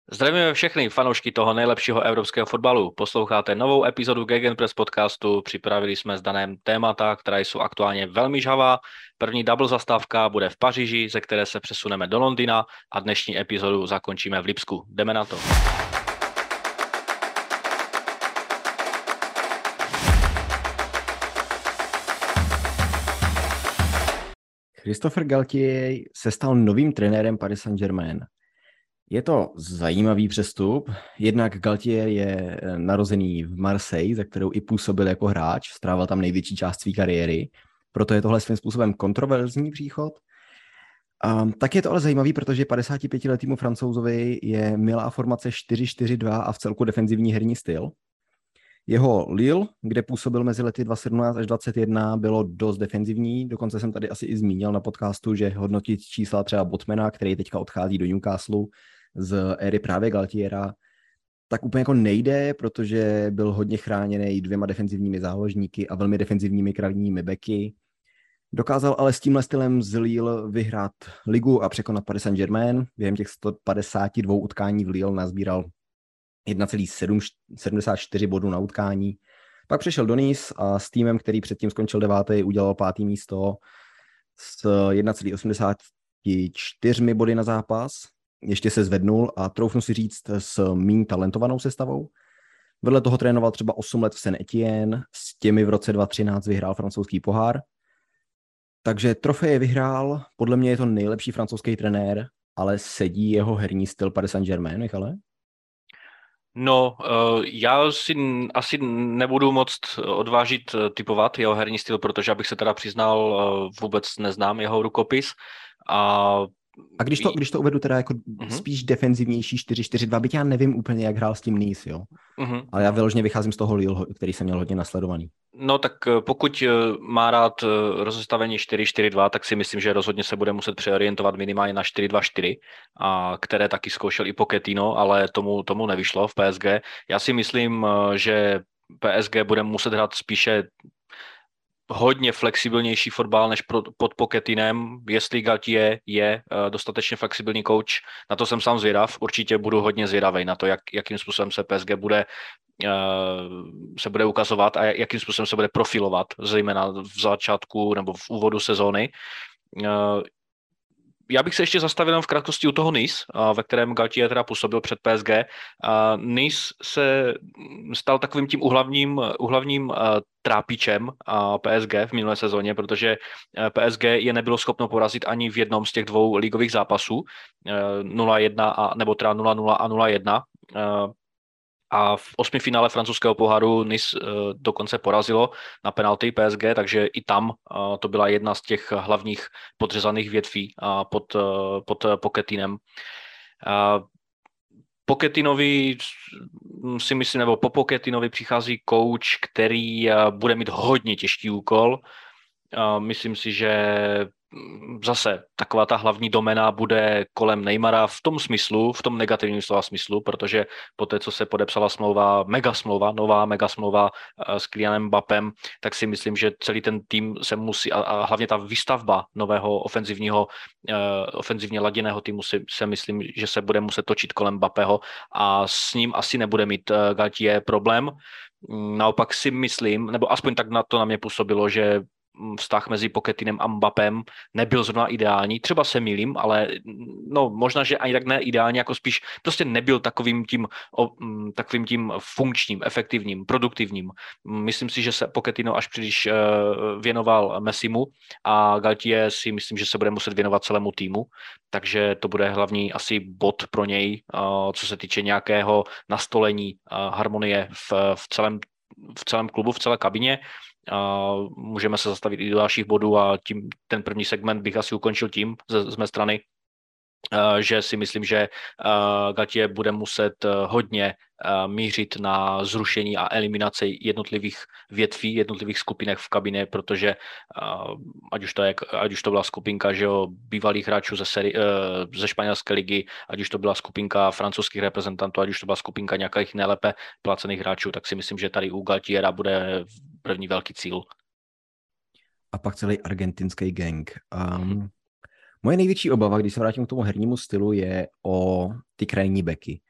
Zdravíme všechny fanoušky toho nejlepšího evropského fotbalu. Posloucháte novou epizodu Gegenpress podcastu. Připravili jsme s Danem témata, která jsou aktuálně velmi žhavá. První double zastávka bude v Paříži, ze které se přesuneme do Londýna a dnešní epizodu zakončíme v Lipsku. Jdeme na to. Christophe Galtier se stal novým trenérem Paris Saint-Germain. Je to zajímavý přestup, jednak Galtier je narozený v Marseille, za kterou i působil jako hráč, strávil tam největší část své kariéry, proto je tohle svým způsobem kontroverzní příchod. Tak je to ale zajímavý, protože 55-letýmu Francouzovi je milá formace 4-4-2 a v celku defenzivní herní styl. Jeho Lille, kde působil mezi lety 2017 až 2021, bylo dost defenzivní, dokonce jsem tady asi i zmínil na podcastu, že hodnotit čísla třeba Botmana, který teďka odchází do Newcastle z éry právě Galtiera, tak úplně jako nejde, protože byl hodně chráněný dvěma defenzivními záložníky a velmi defenzivními krajními beky. Dokázal ale s tímhle stylem z Lille vyhrát ligu a překonat Paris Saint-Germain. Během těch 152 utkání v Lille nazbíral 1,74 bodů na utkání. Pak přešel do Nice a s týmem, který předtím skončil 9., udělal 5. místo s 1,84 body na zápas. Ještě se zvednul a troufnu si říct s méně talentovanou sestavou. Vedle toho trénoval třeba 8 let v Saint-Étienne, s těmi v roce 2013 vyhrál francouzský pohár. Takže trofeje vyhrál, podle mě je to nejlepší francouzský trenér, ale sedí jeho herní styl Paris Saint-Germain, Michale? No, já si asi nebudu moc odvážit typovat jeho herní styl, protože abych se teda přiznal, vůbec neznám jeho rukopis. A když to uvedu teda jako spíš defenzivnější 4-4-2, byť já nevím úplně, jak hrál s tím Nice, jo. Ale já vyloženě vycházím z toho Lille, který jsem měl hodně nasledovaný. No tak pokud má rád rozestavení 4-4-2, tak si myslím, že rozhodně se bude muset přeorientovat minimálně na 4-2-4, které taky zkoušel i Pochettino, ale tomu nevyšlo v PSG. Já si myslím, že PSG bude muset hrát spíše hodně flexibilnější fotbal než pod Pochettinem. Jestli Galtier je dostatečně flexibilní coach, na to jsem sám zvědav. Určitě budu hodně zvědavý na to, jakým způsobem se PSG se bude ukazovat a jakým způsobem se bude profilovat, zejména v začátku nebo v úvodu sezóny. Já bych se ještě zastavil v krátkosti u toho Nice, ve kterém Galtier teda působil před PSG. Nice se stal takovým tím uhlavním trápičem PSG v minulé sezóně, protože PSG je nebylo schopno porazit ani v jednom z těch dvou ligových zápasů, 0-1 nebo teda 0-0 a 0-1. A v 8. finále francouzského poháru Nice dokonce porazilo na penalty PSG, takže i tam to byla jedna z těch hlavních podřezaných větví pod Pochettinem. Pochettinovi si myslím, nebo po Pochettinovi přichází coach, který bude mít hodně těžký úkol. Myslím si, že zase taková ta hlavní domena bude kolem Neymara v tom negativním slova smyslu, protože po té, co se podepsala nová mega smlouva s Kylianem Mbappem, tak si myslím, že celý ten tým se musí, a hlavně ta výstavba nového ofenzivně laděného týmu se myslím, že se bude muset točit kolem Mbappého a s ním asi nebude mít Galtier problém. Naopak si myslím, nebo aspoň tak na mě působilo, že vztah mezi Pochettinem a Mbappem nebyl zrovna ideální. Třeba se mýlím, ale no, možná, že ani tak ne ideální, jako spíš prostě nebyl takovým tím funkčním, efektivním, produktivním. Myslím si, že se Pochettino až příliš věnoval Messimu a Galtier si myslím, že se bude muset věnovat celému týmu, takže to bude hlavní asi bod pro něj, co se týče nějakého nastolení harmonie v celém klubu, v celé kabině. Můžeme se zastavit i do dalších bodů a ten první segment bych asi ukončil tím z mé strany, že si myslím, že Galtier bude muset hodně mířit na zrušení a eliminaci jednotlivých větví, jednotlivých skupinek v kabině, protože ať už to byla skupinka, že jo, bývalých hráčů ze španělské ligy, ať už to byla skupinka francouzských reprezentantů, ať už to byla skupinka nějakých nejlépe placených hráčů, tak si myslím, že tady u Galtiera bude první velký cíl. A pak celý argentinský gang. Moje největší obava, když se vrátím k tomu hernímu stylu, je o ty krajní beky.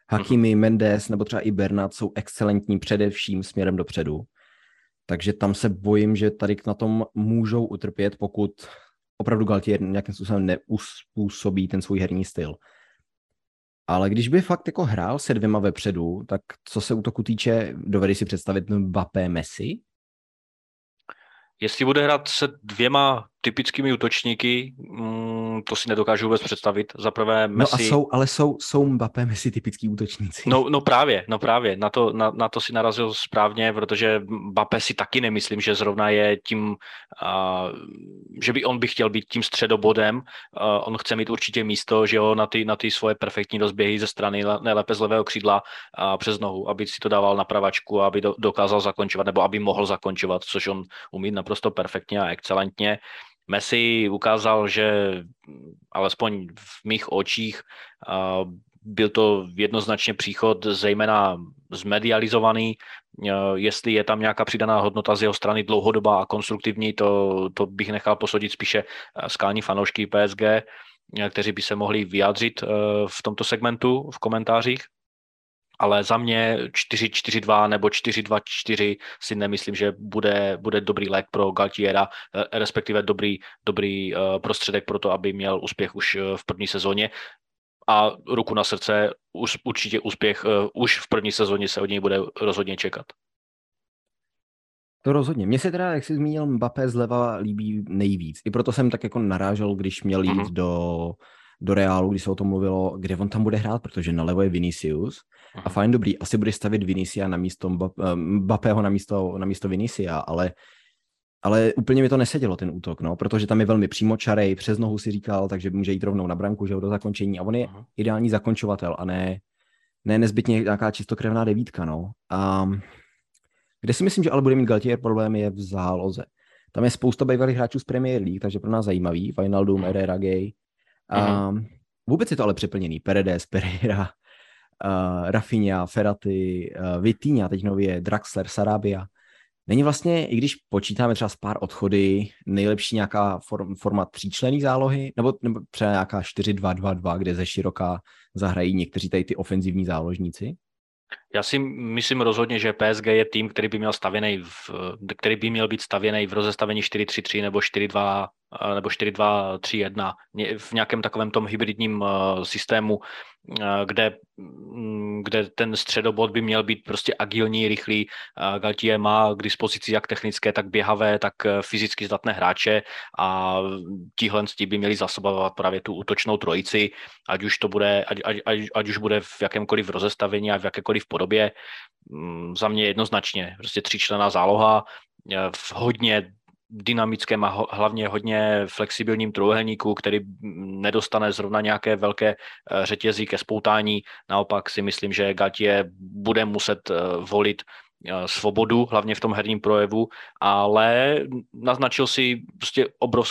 Hakimi, Mendes nebo třeba i Bernat jsou excelentní především směrem dopředu. Takže tam se bojím, že tady na tom můžou utrpět, pokud opravdu Galtier nějakým způsobem neuspůsobí ten svůj herní styl. Ale když by fakt jako hrál se dvěma vepředu, tak co se útoku týče, dovedeš si představit Mbappé, Messi? Jestli bude hrát se dvěma typickými útočníky, to si nedokážu vůbec představit. Za prvé Messi... No a jsou Mbappé, Messi typický útočníci. No právě. Na to si narazil správně, protože Mbappé si taky nemyslím, že zrovna je tím, že by on by chtěl být tím středobodem. On chce mít určitě místo, že jo, na ty svoje perfektní rozběhy ze strany, nejlépe z levého křídla přes nohu, aby si to dával na pravačku, aby dokázal zakončovat, nebo aby mohl zakončovat, což on umí naprosto perfektně a excelentně. Messi ukázal, že alespoň v mých očích byl to jednoznačně příchod zejména zmedializovaný. Jestli je tam nějaká přidaná hodnota z jeho strany dlouhodobá a konstruktivní, to bych nechal posoudit spíše skalní fanoušky PSG, kteří by se mohli vyjádřit v tomto segmentu v komentářích. Ale za mě 4-4-2 nebo 4-2-4 si nemyslím, že bude dobrý lék pro Galtiera, respektive dobrý prostředek pro to, aby měl úspěch už v první sezóně. A ruku na srdce, určitě úspěch už v první sezóně se od něj bude rozhodně čekat. To rozhodně. Mně se teda, jak jsi zmínil, Mbappé zleva líbí nejvíc. I proto jsem tak jako narážel, když měl jít do Reálu, když se o tom mluvilo, kde on tam bude hrát, protože nalevo je Vinicius. A fajn, dobrý, asi bude stavit Vinicia na místo Mbappého na místo Vinicia, ale úplně mi to nesedělo, ten útok, no, protože tam je velmi přímočarej, přes nohu si říkal, takže může jít rovnou na branku, že do zakončení, a on je ideální zakončovatel a ne nezbytně nějaká čistokrevná devítka, no. A kde si myslím, že ale bude mít Galtier problém, je v záloze. Tam je spousta bývalých hráčů z Premier League, takže pro nás zajímavý, Wijnaldum, Herrera, Gay. Vůbec je to ale přeplněný, Paredes, Pereira, Rafinha, Ferrati, Vitinha, teď nově Draxler, Sarabia. Není vlastně, i když počítáme třeba z pár odchody, nejlepší nějaká forma tříčlenný zálohy, nebo třeba nějaká 4-2-2-2, kde ze široká zahrají někteří tady ty ofenzivní záložníci? Já si myslím rozhodně, že PSG je tým, který by měl být stavěný v rozestavení 4-3-3 nebo 4-2 nebo 4-2-3-1 v nějakém takovém tom hybridním systému, kde ten středobod by měl být prostě agilní, rychlý. Galtier má k dispozici jak technické, tak běhavé, tak fyzicky zdatné hráče a tihle by měli zasobovat právě tu útočnou trojici, ať už bude v jakémkoliv rozestavení a v jakékoliv podobě. Za mě jednoznačně prostě tříčlenná záloha v hodně dynamickém a hlavně hodně flexibilním trojúhelníku, který nedostane zrovna nějaké velké řetězí ke spoutání. Naopak si myslím, že Galtier bude muset volit svobodu, hlavně v tom herním projevu, ale naznačil si prostě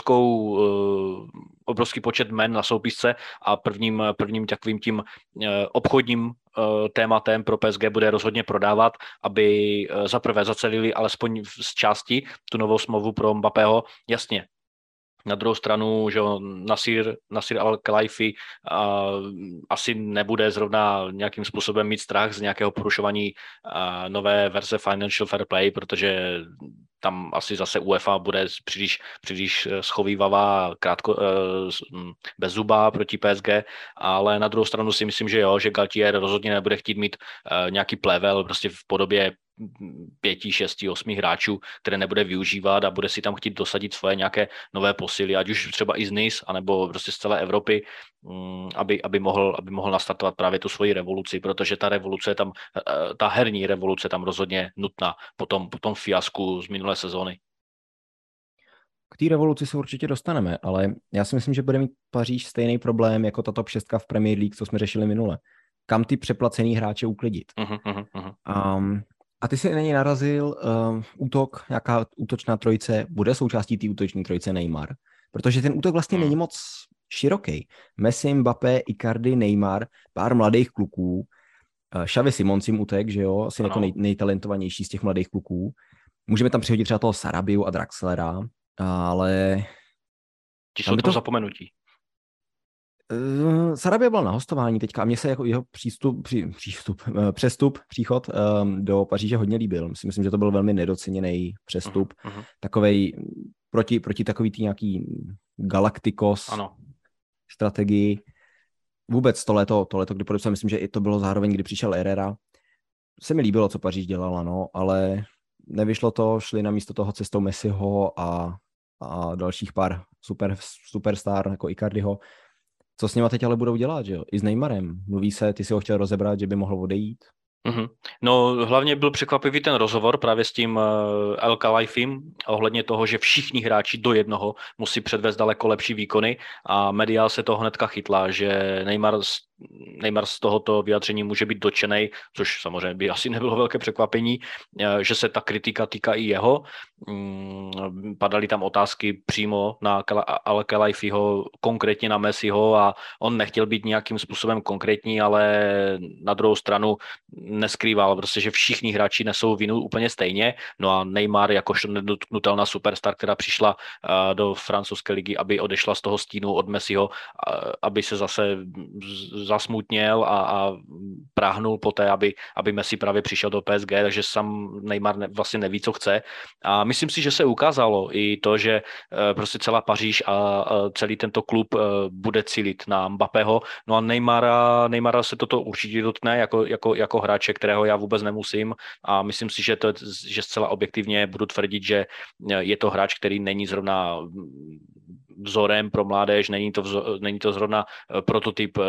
obrovský počet men na soupisce a prvním takovým tím obchodním tématem pro PSG bude rozhodně prodávat, aby zaprvé zacelili alespoň z části tu novou smlouvu pro Mbappého. Jasně, na druhou stranu, že Nasir Al-Khelaifi asi nebude zrovna nějakým způsobem mít strach z nějakého porušování nové verze Financial Fair Play, protože tam asi zase UEFA bude příliš schovívavá, bez zuba proti PSG, ale na druhou stranu si myslím, že jo, že Galtier rozhodně nebude chtít mít nějaký plevel prostě v podobě 5, 6, 8 hráčů, které nebude využívat a bude si tam chtít dosadit svoje nějaké nové posily, ať už třeba i z Nice, anebo prostě z celé Evropy, aby mohl nastartovat právě tu svoji revoluci, protože ta herní revoluce tam rozhodně nutná po tom fiasku z minulé sezóny. K té revoluci se určitě dostaneme, ale já si myslím, že bude mít Paříž stejný problém jako ta top 6 v Premier League, co jsme řešili minule. Kam ty přeplacený hráče uklidit. A ty si na něj narazil, nějaká útočná trojice, bude součástí té útoční trojice Neymar, protože ten útok vlastně není moc široký. Messi, Mbappé, Icardi, Neymar, pár mladých kluků, Xavi Simons jim utek, že jo, asi jako nejtalentovanější z těch mladých kluků. Můžeme tam přihodit třeba toho Sarabiu a Draxlera, ale... Ti jsou to zapomenutí. Sarabia byl na hostování teďka a mně se jako jeho příchod do Paříže hodně líbil. Myslím, že to byl velmi nedoceněný přestup. Takovej proti takový tý nějaký Galacticos strategii. Vůbec to léto, kdy podepsal, myslím, že i to bylo zároveň, kdy přišel Herrera. Se mi líbilo, co Paříž dělala, no, ale nevyšlo to, šli na místo toho cestou Messiho a dalších pár superstar jako Icardiho. Co s nima teď ale budou dělat, že jo? I s Neymarem. Mluví se, ty si ho chtěl rozebrat, že by mohl odejít? No hlavně byl překvapivý ten rozhovor právě s tím El Khelaifim ohledně toho, že všichni hráči do jednoho musí předvést daleko lepší výkony a mediál se toho hnedka chytla, že Neymar z tohoto vyjádření může být dotčenej, což samozřejmě by asi nebylo velké překvapení, že se ta kritika týká i jeho. Padaly tam otázky přímo na El Khelaifiho, konkrétně na Messiho a on nechtěl být nějakým způsobem konkrétní, ale na druhou stranu neskrýval prostě, že všichni hráči nesou vinu úplně stejně. No a Neymar jakožto nedotknutelná superstar, která přišla do francouzské ligy, aby odešla z toho stínu od Messiho, aby se zase zasmutněl a práhnul poté, aby Messi právě přišel do PSG, takže sám Neymar vlastně neví, co chce. A myslím si, že se ukázalo i to, že prostě celá Paříž a celý tento klub bude cílit na Mbappého. No a Neymara se toto určitě dotkne jako hráče, kterého já vůbec nemusím a myslím si, že zcela objektivně budu tvrdit, že je to hráč, který není zrovna vzorem pro mládež, není to zrovna prototyp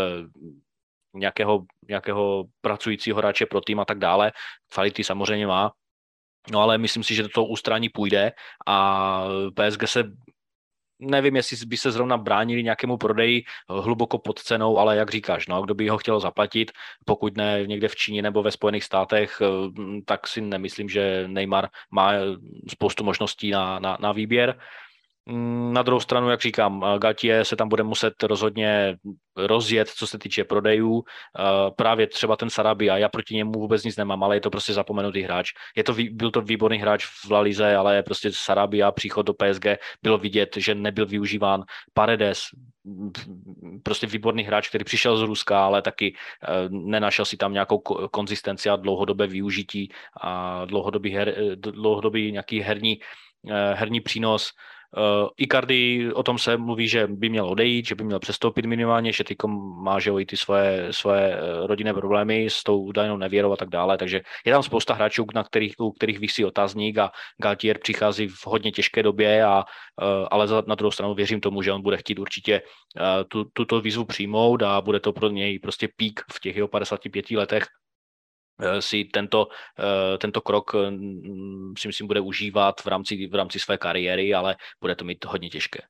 nějakého pracujícího hráče pro tým a tak dále. Kvality samozřejmě má, no ale myslím si, že do toho ústraní půjde a PSG se nevím, jestli by se zrovna bránili nějakému prodeji hluboko pod cenou, ale jak říkáš, no, kdo by ho chtěl zaplatit, pokud ne někde v Číně nebo ve Spojených státech, tak si nemyslím, že Neymar má spoustu možností na výběr. Na druhou stranu, jak říkám, Galtier se tam bude muset rozhodně rozjet, co se týče prodejů. Právě třeba ten Sarabia, já proti němu vůbec nic nemám, ale je to prostě zapomenutý hráč. Byl to výborný hráč v La Lize, ale prostě Sarabia, příchod do PSG, bylo vidět, že nebyl využíván. Paredes, prostě výborný hráč, který přišel z Ruska, ale taky nenašel si tam nějakou konzistenci a dlouhodobé využití a dlouhodobý nějaký herní přínos. Icardi, o tom se mluví, že by měl odejít, že by měl přestoupit minimálně, že teď má že i ty svoje rodinné problémy s tou údajnou nevěrou a tak dále, takže je tam spousta hráčů, u kterých visí otazník a Galtier přichází v hodně těžké době, ale na druhou stranu věřím tomu, že on bude chtít určitě tuto výzvu přijmout a bude to pro něj prostě pík v těch jeho 55 letech si tento krok si myslím bude užívat v rámci své kariéry, ale bude to mít hodně těžké.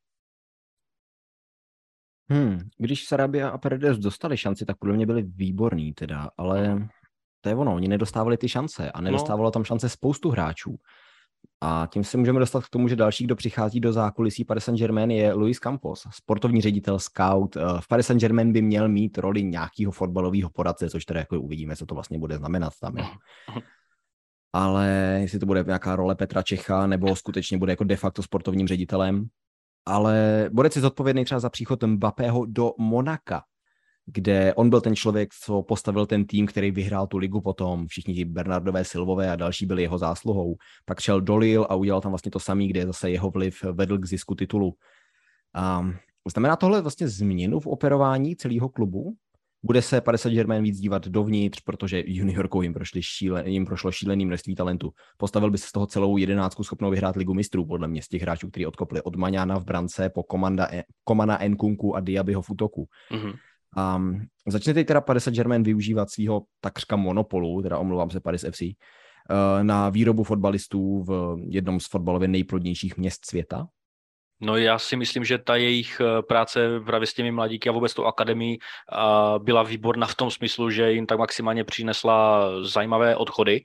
Když Sarabia a Paredes dostali šanci, tak podle mě byli výborní teda, ale to je ono, oni nedostávali ty šance a nedostávalo tam šance spoustu hráčů. A tím se můžeme dostat k tomu, že další, kdo přichází do zákulisí Paris Saint-Germain, je Luis Campos, sportovní ředitel, scout. V Paris Saint-Germain by měl mít roli nějakého fotbalového poradce, což teda jako uvidíme, co to vlastně bude znamenat tam. Je. Ale jestli to bude nějaká role Petra Čecha, nebo skutečně bude jako de facto sportovním ředitelem. Ale bude si zodpovědný třeba za příchod Mbappého do Monaka, kde on byl ten člověk, co postavil ten tým, který vyhrál tu ligu potom. Všichni ti Bernardové, Silvové a další byli jeho zásluhou. Pak šel do Lille a udělal tam vlastně to samý, kde zase jeho vliv vedl k zisku titulu. Znamená tohle vlastně změnu v operování celého klubu? Bude se Paris Saint-Germain víc dívat dovnitř, protože juniorkou jim prošlo šílený množství talentu. Postavil by se z toho celou 11 schopnou vyhrát ligu mistrů, podle mě, z těch hráčů, kteří odkopli od Maňána v brance po Komana Nkunku a Diabyho v útoku. Začne teď teda Paris Saint-Germain využívat svého takřka monopolu, teda omlouvám se Paris FC, na výrobu fotbalistů v jednom z fotbalově nejplodnějších měst světa? No já si myslím, že ta jejich práce právě s těmi mladíky a vůbec tou akademií byla výborná v tom smyslu, že jim tak maximálně přinesla zajímavé odchody.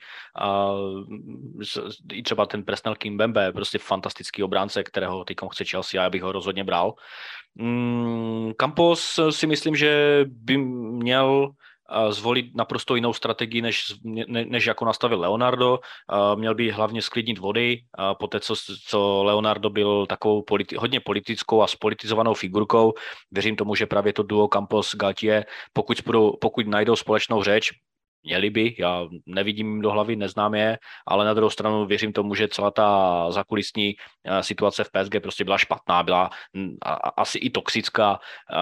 I třeba ten Presnel Kimpembe, prostě fantastický obránce, kterého teď chce Chelsea a já bych ho rozhodně bral. Campos si myslím, že by měl zvolit naprosto jinou strategii, než jako nastavil Leonardo. Měl by hlavně sklidnit vody, poté co Leonardo byl takovou hodně politickou a spolitizovanou figurkou. Věřím tomu, že právě to duo Campos-Galtier, pokud najdou společnou řeč, měli by, já nevidím jim do hlavy, neznám je, ale na druhou stranu věřím tomu, že celá ta zakulisní situace v PSG prostě byla špatná, byla asi i toxická.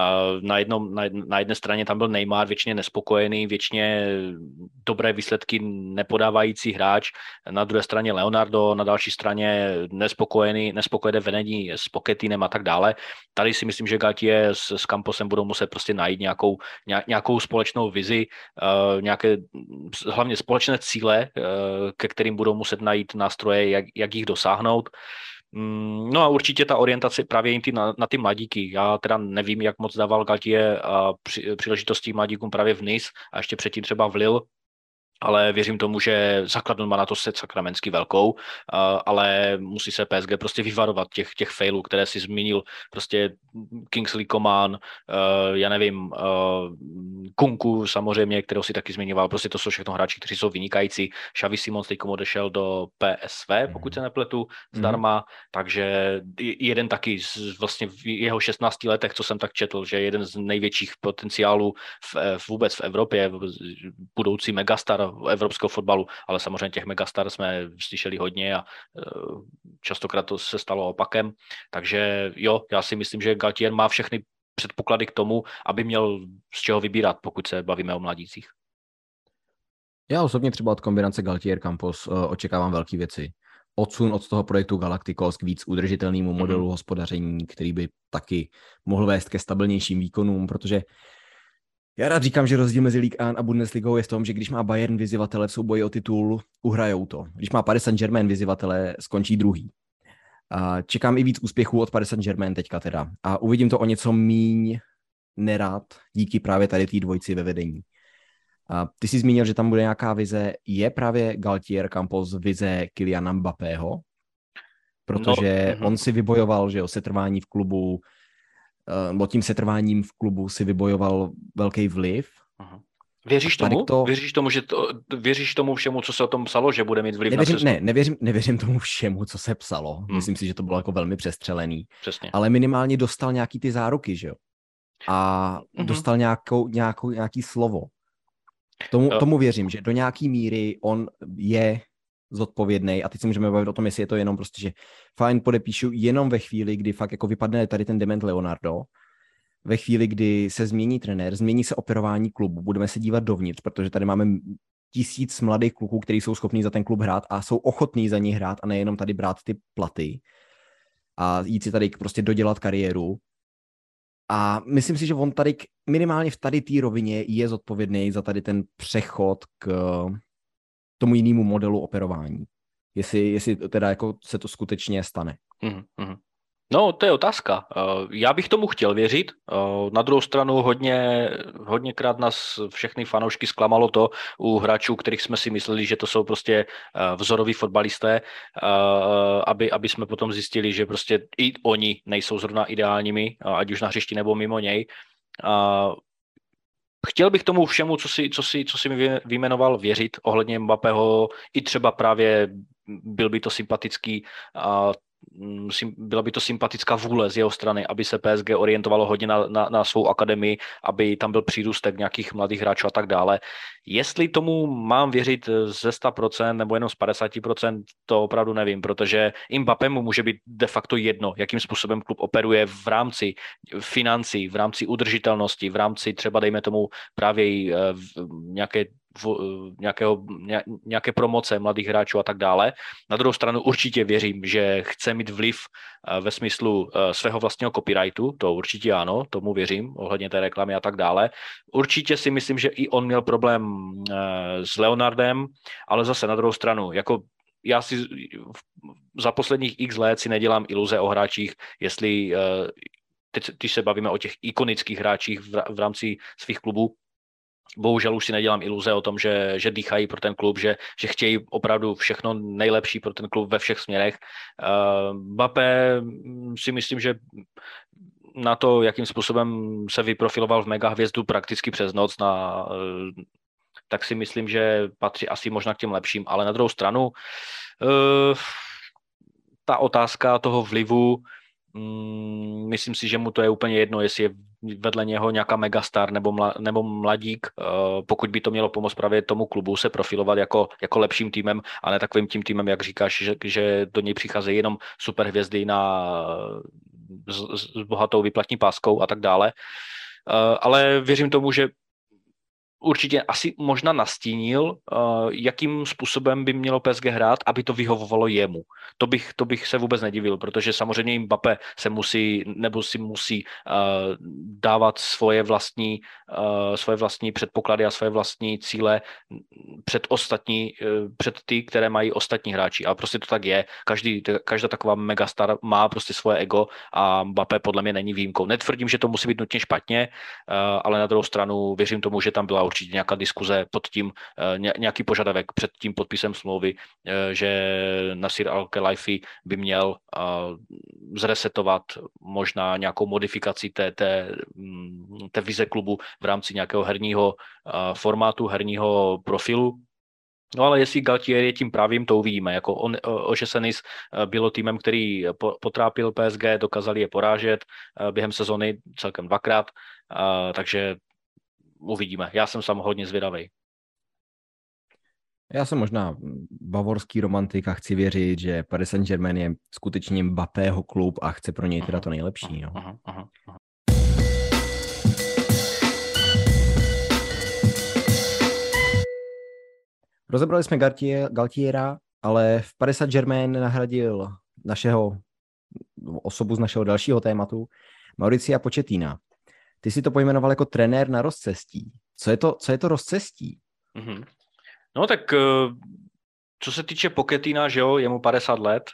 Na jedné straně tam byl Neymar, věčně nespokojený, věčně dobré výsledky nepodávající hráč, na druhé straně Leonardo, na další straně nespokojené vedení s Pochettinem a tak dále. Tady si myslím, že Galtier s Camposem budou muset prostě najít nějakou společnou vizi, nějaké hlavně společné cíle, ke kterým budou muset najít nástroje, jak jich dosáhnout. No a určitě ta orientace právě na ty mladíky. Já teda nevím, jak moc dával Galtier příležitosti mladíkům právě v Nice a ještě předtím třeba v Lille, ale věřím tomu, že základnu má na to set sakramensky velkou, ale musí se PSG prostě vyvarovat těch failů, které si zmínil, prostě Kingsley Coman, já nevím, Kunku samozřejmě, kterou si taky zmiňoval, prostě to jsou všechno hráči, kteří jsou vynikající. Xavi Simons teďkom odešel do PSV, pokud se nepletu, zdarma, takže jeden taky vlastně v jeho 16 letech, co jsem tak četl, že jeden z největších potenciálů vůbec v Evropě, budoucí megastar evropského fotbalu, ale samozřejmě těch megastar jsme slyšeli hodně a častokrát to se stalo opakem. Takže jo, já si myslím, že Galtier má všechny předpoklady k tomu, aby měl z čeho vybírat, pokud se bavíme o mladících. Já osobně třeba od kombinace Galtier-Campos očekávám velké věci. Odsun od toho projektu Galacticos k víc udržitelnému modelu hospodaření, který by taky mohl vést ke stabilnějším výkonům, protože já rád říkám, že rozdíl mezi Ligue 1 a Bundesligou je v tom, že když má Bayern vyzývatele v souboji o titul, uhrajou to. Když má Paris Saint-Germain vyzývatele, skončí druhý. A čekám i víc úspěchů od Paris Saint-Germain teďka teda. A uvidím to o něco míň nerad díky právě tady té dvojici ve vedení. A ty jsi zmínil, že tam bude nějaká vize. Je právě Galtier Campos vize Kyliana Mbappého? Protože on si vybojoval, že jo, setrvání v klubu, nebo tím setrváním v klubu si vybojoval velký vliv. Aha. Věříš tomu všemu, co se o tom psalo, že bude mít vliv na cestu? Nevěřím tomu všemu, co se psalo. Myslím si, že to bylo jako velmi přestřelený. Přesně. Ale minimálně dostal nějaký ty záruky, že jo? A dostal nějaký slovo. Tomu věřím, že do nějaký míry on je zodpovědný a teď se můžeme bavit o tom, jestli je to jenom prostě, že fajn podepíšu jenom ve chvíli, kdy fakt jako vypadne tady ten dement Leonardo, ve chvíli, kdy se změní trenér, změní se operování klubu, budeme se dívat dovnitř, protože tady máme 1000 mladých kluků, kteří jsou schopní za ten klub hrát a jsou ochotní za ně hrát a nejenom tady brát ty platy a jít si tady prostě dodělat kariéru. A myslím si, že on tady minimálně v tady té rovině je zodpovědný za tady ten přechod k tomu jinému modelu operování. Jestli teda jako se to skutečně stane. No, to je otázka. Já bych tomu chtěl věřit. Na druhou stranu hodněkrát nás všechny fanoušky zklamalo to u hráčů, kterých jsme si mysleli, že to jsou prostě vzoroví fotbalisté, aby jsme potom zjistili, že prostě i oni nejsou zrovna ideálními, ať už na hřišti nebo mimo něj. Chtěl bych tomu všemu, co si mi vyjmenoval, věřit ohledně Mbappého, i třeba právě byl by to sympatický byla by to sympatická vůle z jeho strany, aby se PSG orientovalo hodně na svou akademii, aby tam byl přírůstek nějakých mladých hráčů a tak dále. Jestli tomu mám věřit ze 100% nebo jenom z 50%, to opravdu nevím, protože Mbappému může být de facto jedno, jakým způsobem klub operuje v rámci financí, v rámci udržitelnosti, v rámci třeba dejme tomu právě nějaké promoce mladých hráčů a tak dále. Na druhou stranu určitě věřím, že chce mít vliv ve smyslu svého vlastního copyrightu, to určitě ano, tomu věřím, ohledně té reklamy a tak dále. Určitě si myslím, že i on měl problém s Leonardem, ale zase na druhou stranu, jako já si za posledních x let si nedělám iluze o hráčích, jestli teď se bavíme o těch ikonických hráčích v rámci svých klubů. Bohužel už si nedělám iluze o tom, že dýchají pro ten klub, že chtějí opravdu všechno nejlepší pro ten klub ve všech směrech. Mbappé si myslím, že na to, jakým způsobem se vyprofiloval v megahvězdu prakticky přes noc, tak si myslím, že patří asi možná k těm lepším, ale na druhou stranu ta otázka toho vlivu, myslím si, že mu to je úplně jedno, jestli je vedle něho nějaká megastar nebo mladík, pokud by to mělo pomoct právě tomu klubu se profilovat jako lepším týmem a ne takovým tím týmem, jak říkáš, že do něj přicházejí jenom superhvězdy s bohatou výplatní páskou a tak dále. Ale věřím tomu, že určitě asi možná nastínil, jakým způsobem by mělo PSG hrát, aby to vyhovovalo jemu. To bych se vůbec nedivil, protože samozřejmě Mbappé si musí dávat svoje vlastní předpoklady a svoje vlastní cíle před ty, které mají ostatní hráči. A prostě to tak je. Každá taková megastar má prostě svoje ego a Mbappé podle mě není výjimkou. Netvrdím, že to musí být nutně špatně, ale na druhou stranu věřím tomu, že tam byla určitě nějaká diskuze pod tím, nějaký požadavek před tím podpisem smlouvy, že Nasir Al-Khelaifi by měl zresetovat možná nějakou modifikaci té vize klubu v rámci nějakého herního formátu, herního profilu. No ale jestli Galtier je tím pravým, to uvidíme. Jako Ožesenis bylo týmem, který potrápil PSG, dokázali je porážet během sezony celkem 2krát, takže uvidíme. Já jsem sám hodně zvědavej. Já jsem možná bavorský romantik a chci věřit, že Paris Saint-Germain je skutečně Mbappého klub a chce pro něj teda to nejlepší. No. Rozebrali jsme Galtiera, ale v Paris Saint-Germain nahradil našeho osobu z našeho dalšího tématu, Mauricia Pochettina. Ty si to pojmenoval jako trenér na rozcestí. Co je to rozcestí? Mm-hmm. No tak co se týče Pochettina, že jo, je mu 50 let.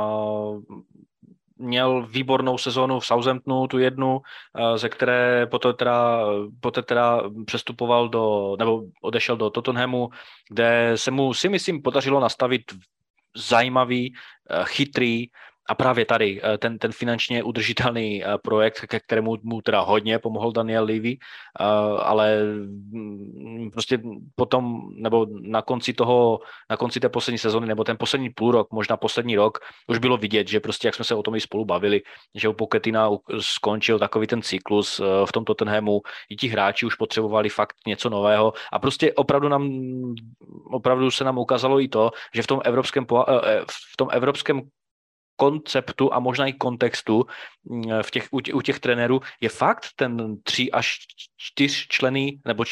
Měl výbornou sezónu v Southamptonu, tu jednu, ze které poté teda přestupoval nebo odešel do Tottenhamu, kde se mu, si myslím, podařilo nastavit zajímavý, chytrý a právě tady ten finančně udržitelný projekt, ke kterému mu teda hodně pomohl Daniel Levy, ale prostě potom, nebo na konci té poslední sezony, nebo ten poslední půlrok, možná poslední rok, už bylo vidět, že prostě, jak jsme se o tom i spolu bavili, že u Pochettina skončil takový ten cyklus v tom Tottenhamu, i ti hráči už potřebovali fakt něco nového a prostě opravdu se nám ukázalo i to, že v tom evropském konceptu a možná i kontextu u těch trenérů je fakt ten 3 až 4členný nebo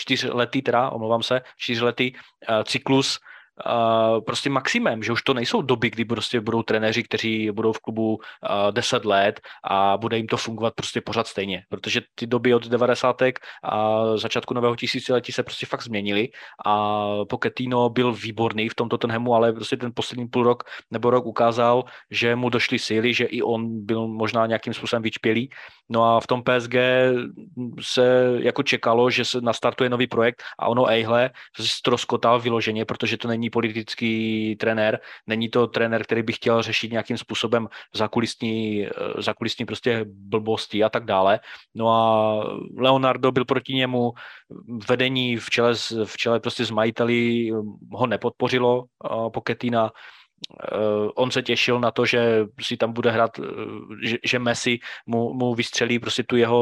4letý cyklus prostě maximem, že už to nejsou doby, kdy prostě budou trenéři, kteří budou v klubu 10 let a bude jim to fungovat prostě pořád stejně, protože ty doby od 90. a začátku nového tisíciletí se prostě fakt změnily a Pochettino byl výborný v tom Tottenhamu, ale prostě ten poslední půl rok nebo rok ukázal, že mu došly síly, že i on byl možná nějakým způsobem vyčpělý. No a v tom PSG se jako čekalo, že se nastartuje nový projekt a ono ztroskotal vyloženě, protože to není politický trenér, není to trenér, který by chtěl řešit nějakým způsobem zákulisní prostě blbosti a tak dále. No a Leonardo byl proti němu, vedení v čele prostě s majiteli ho nepodpořilo, Pochettina. On se těšil na to, že si tam bude hrát, že Messi mu vystřelí prostě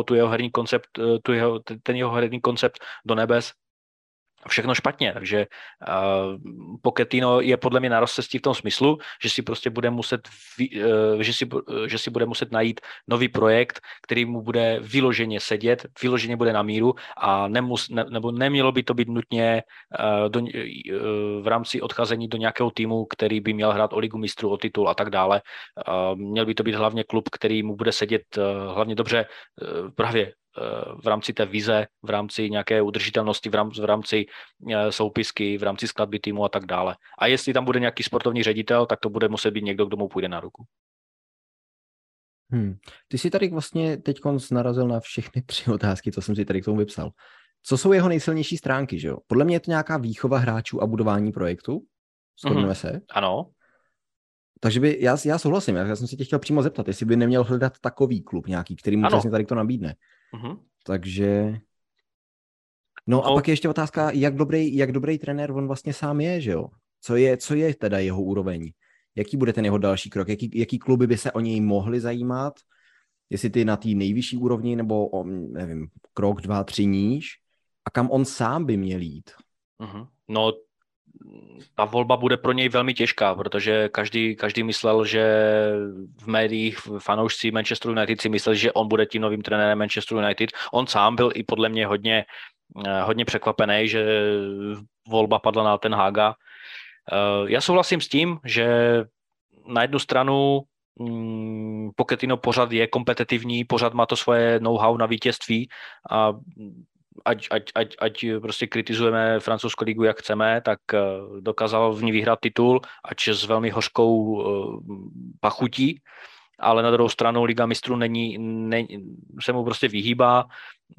ten jeho herní koncept do nebes. Všechno špatně, takže Pochettino je podle mě na rozcestí v tom smyslu, že si prostě bude muset najít nový projekt, který mu bude vyloženě sedět, vyloženě bude na míru a nebo nemělo by to být nutně v rámci odcházení do nějakého týmu, který by měl hrát o ligu mistrů, o titul a tak dále. Měl by to být hlavně klub, který mu bude sedět hlavně dobře právě v rámci té vize, v rámci nějaké udržitelnosti, v rámci soupisky, v rámci skladby týmu a tak dále. A jestli tam bude nějaký sportovní ředitel, tak to bude muset být někdo, kdo mu půjde na ruku. Ty jsi tady vlastně teď narazil na všechny 3 otázky, co jsem si tady k tomu vypsal. Co jsou jeho nejsilnější stránky, že jo? Podle mě je to nějaká výchova hráčů a budování projektu. Shodneme se? Ano. Takže já souhlasím, já jsem se tě chtěl přímo zeptat, jestli by neměl hledat takový klub nějaký, který mu přesně tady to nabídne. Takže... No a pak je ještě otázka, jak dobrý trenér on vlastně sám je, že jo? Co je teda jeho úroveň? Jaký bude ten jeho další krok? Jaký kluby by se o něj mohly zajímat? Jestli ty na té nejvyšší úrovni, nebo nevím, krok, 2, 3 níž? A kam on sám by měl jít? No, ta volba bude pro něj velmi těžká, protože každý myslel, že v médiích fanoušci Manchester United si mysleli, že on bude tím novým trenérem Manchester United. On sám byl i podle mě hodně překvapený, že volba padla na Ten Haga. Já souhlasím s tím, že na jednu stranu Pochettino pořád je kompetitivní, pořád má to svoje know-how na vítězství a ať prostě kritizujeme francouzskou ligu, jak chceme, tak dokázal v ní vyhrát titul, ač s velmi hořkou pachutí, ale na druhou stranu Liga mistrů se mu prostě vyhýbá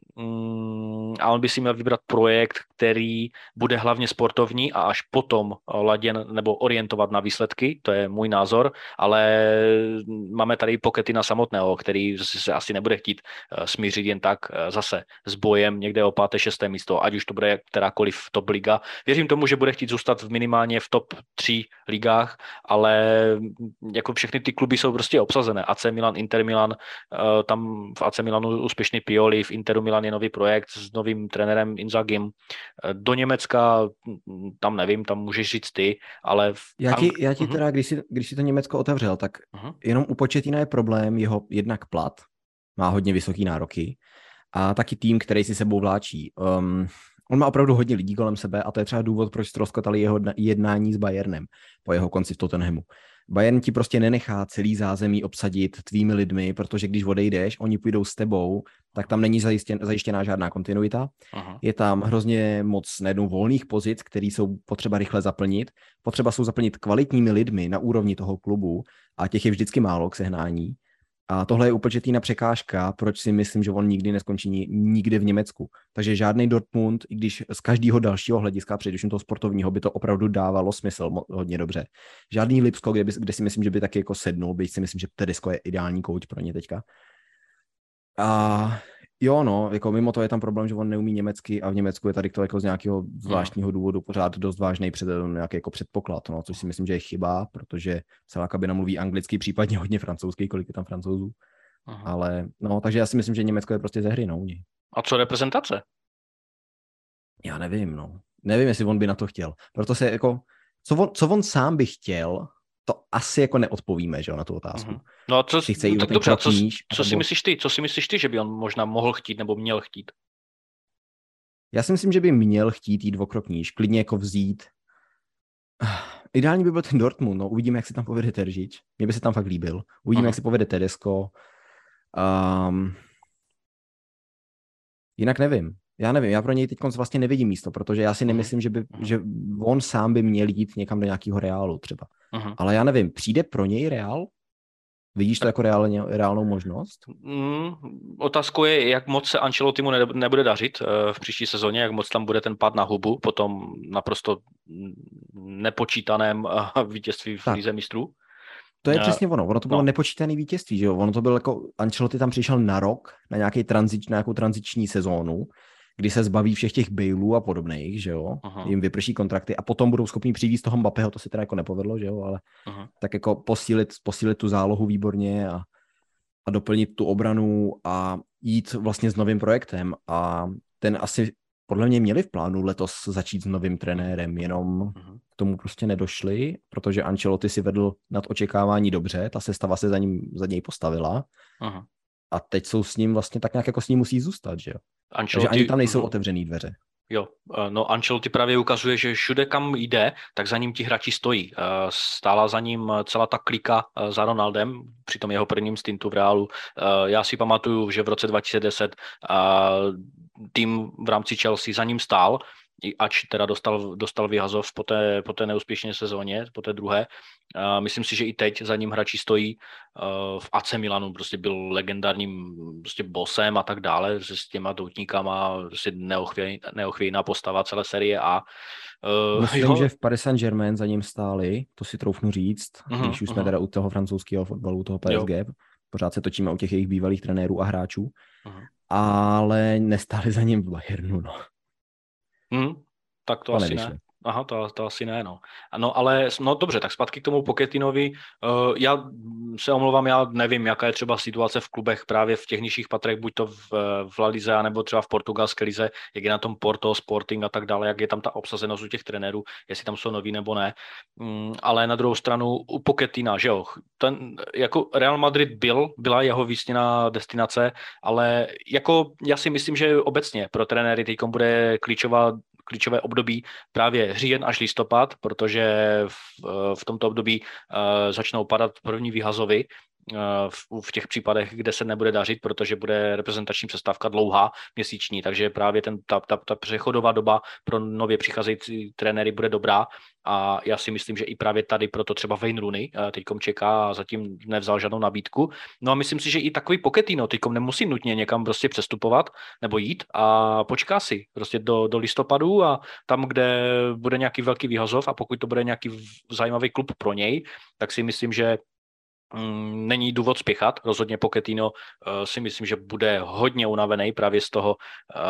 a on by si měl vybrat projekt, který bude hlavně sportovní a až potom laděn nebo orientovat na výsledky, to je můj názor, ale máme tady Pochettina samotného, který se asi nebude chtít smířit jen tak zase s bojem někde o 5., 6. místo, ať už to bude kterákoliv top liga. Věřím tomu, že bude chtít zůstat minimálně v top 3 ligách, ale jako všechny ty kluby jsou prostě obsazené. AC Milan, Inter Milan, tam v AC Milanu úspěšný Pioli, v Interu Milan je nový projekt s novým trenérem Inzagim. Do Německa, tam nevím, tam můžeš říct ty, ale... Já ti teda, když si to Německo otevřel, tak jenom u Pochettina je problém jeho jednak plat, má hodně vysoký nároky, a taky tým, který si sebou vláčí. On má opravdu hodně lidí kolem sebe a to je třeba důvod, proč ztroskotali jeho jednání s Bayernem po jeho konci v Tottenhamu. Bayern ti prostě nenechá celý zázemí obsadit tvými lidmi, protože když odejdeš, oni půjdou s tebou, tak tam není zajištěná žádná kontinuita. Je tam hrozně moc najednou volných pozic, které jsou potřeba rychle zaplnit. Potřeba jsou zaplnit kvalitními lidmi na úrovni toho klubu a těch je vždycky málo k sehnání. A tohle je u Pochettina překážka, proč si myslím, že on nikdy neskončí nikde v Německu. Takže žádný Dortmund, i když z každého dalšího hlediska, především toho sportovního, by to opravdu dávalo smysl hodně dobře. Žádný Lipsko, kde si myslím, že by taky jako sednul, byť si myslím, že Tedesco je ideální kouč pro ně teďka. A jo, no, jako mimo to je tam problém, že on neumí německy a v Německu je tady to jako z nějakého zvláštního důvodu pořád dost vážný nějaký jako předpoklad, no, což si myslím, že je chyba, protože celá kabina mluví anglicky, případně hodně francouzský, kolik je tam Francouzů. Ale no, takže já si myslím, že Německo je prostě ze hry, no. A co reprezentace? Já nevím, no. Nevím, jestli on by na to chtěl. Proto se jako, co on sám by chtěl, to asi jako neodpovíme, že jo, na tu otázku. No a co si myslíš ty, že by on možná mohl chtít nebo měl chtít? Já si myslím, že by měl chtít jít o krok níž, klidně jako vzít. Ideální by byl ten Dortmund, no, uvidíme, jak se tam povede Terzič. Mně by se tam fakt líbil. Uvidíme, jak se povede Tedesco. Jinak nevím. Já pro něj teď vlastně nevidím místo, protože já si nemyslím, že on sám by měl jít někam do nějakého Reálu třeba. Ale já nevím, přijde pro něj Reál? Vidíš to jako reálnou možnost? Otázkou je, jak moc se Ancelottimu nebude dařit v příští sezóně, jak moc tam bude ten pád na hubu po tom naprosto nepočítaném vítězství v Lize mistrů. To je přesně ono. Ono to bylo nepočítané vítězství, že jo? Ono to bylo jako Ancelotti tam přišel na rok, na nějakou tranziční sezónu, kdy se zbaví všech těch Baleů a podobných, že jo? Jim vyprší kontrakty a potom budou schopni přivést toho Mbappého, to se teda jako nepovedlo, že jo? Ale tak jako posílit tu zálohu výborně a doplnit tu obranu a jít vlastně s novým projektem a ten asi podle mě měli v plánu letos začít s novým trenérem, jenom k tomu prostě nedošli, protože Ancelotti si vedl nad očekávání dobře, ta sestava se za něj postavila a teď jsou s ním vlastně tak nějak jako s ním musí zůstat, že jo? Takže ani tam nejsou otevřený dveře. Jo, no Ancelotti právě ukazuje, že všude, kam jde, tak za ním ti hráči stojí. Stála za ním celá ta klika za Ronaldem při tom jeho prvním stintu v Reálu. Já si pamatuju, že v roce 2010 tým v rámci Chelsea za ním stál ač teda dostal vyhazov po té neúspěšné sezóně, po té druhé. Myslím si, že i teď za ním hráči stojí. V AC Milanu prostě byl legendárním prostě bossem a tak dále, s těma doutníkama, prostě neochvějná postava celé série A. Myslím, že v Paris Saint-Germain za ním stáli, to si troufnu říct, když už jsme teda u toho francouzského fotbalu, u toho PSG, pořád se točíme u těch jejich bývalých trenérů a hráčů, ale nestáli za ním v Bayernu, no. Tak to asi ne. Aha, to asi ne, no. No, ale, no dobře, tak zpátky k tomu Pochettinovi. Já se omlouvám, já nevím, jaká je třeba situace v klubech právě v těch nižších patrech, buď to v La Lize, nebo třeba v portugalské lize, jak je na tom Porto, Sporting a tak dále, jak je tam ta obsazenost u těch trenérů, jestli tam jsou noví nebo ne. Ale na druhou stranu u Pochettina, že jo, ten, jako Real Madrid byla jeho výstěná destinace, ale jako já si myslím, že obecně pro trenéry teďkom bude klíčové období právě říjen až listopad, protože v tomto období začnou padat první výhazovy v těch případech, kde se nebude dařit, protože bude reprezentační přestávka dlouhá, měsíční, takže právě ta přechodová doba pro nově přicházející trenéry bude dobrá a já si myslím, že i právě tady proto třeba Wayne Rooney teďkom čeká a zatím nevzal žádnou nabídku. No a myslím si, že i takový Pochettino teďkom nemusí nutně někam prostě přestupovat nebo jít a počká si prostě do listopadu a tam, kde bude nějaký velký výhazov a pokud to bude nějaký zajímavý klub pro něj, tak si myslím, že není důvod spěchat. Rozhodně Pochettino si myslím, že bude hodně unavený právě z toho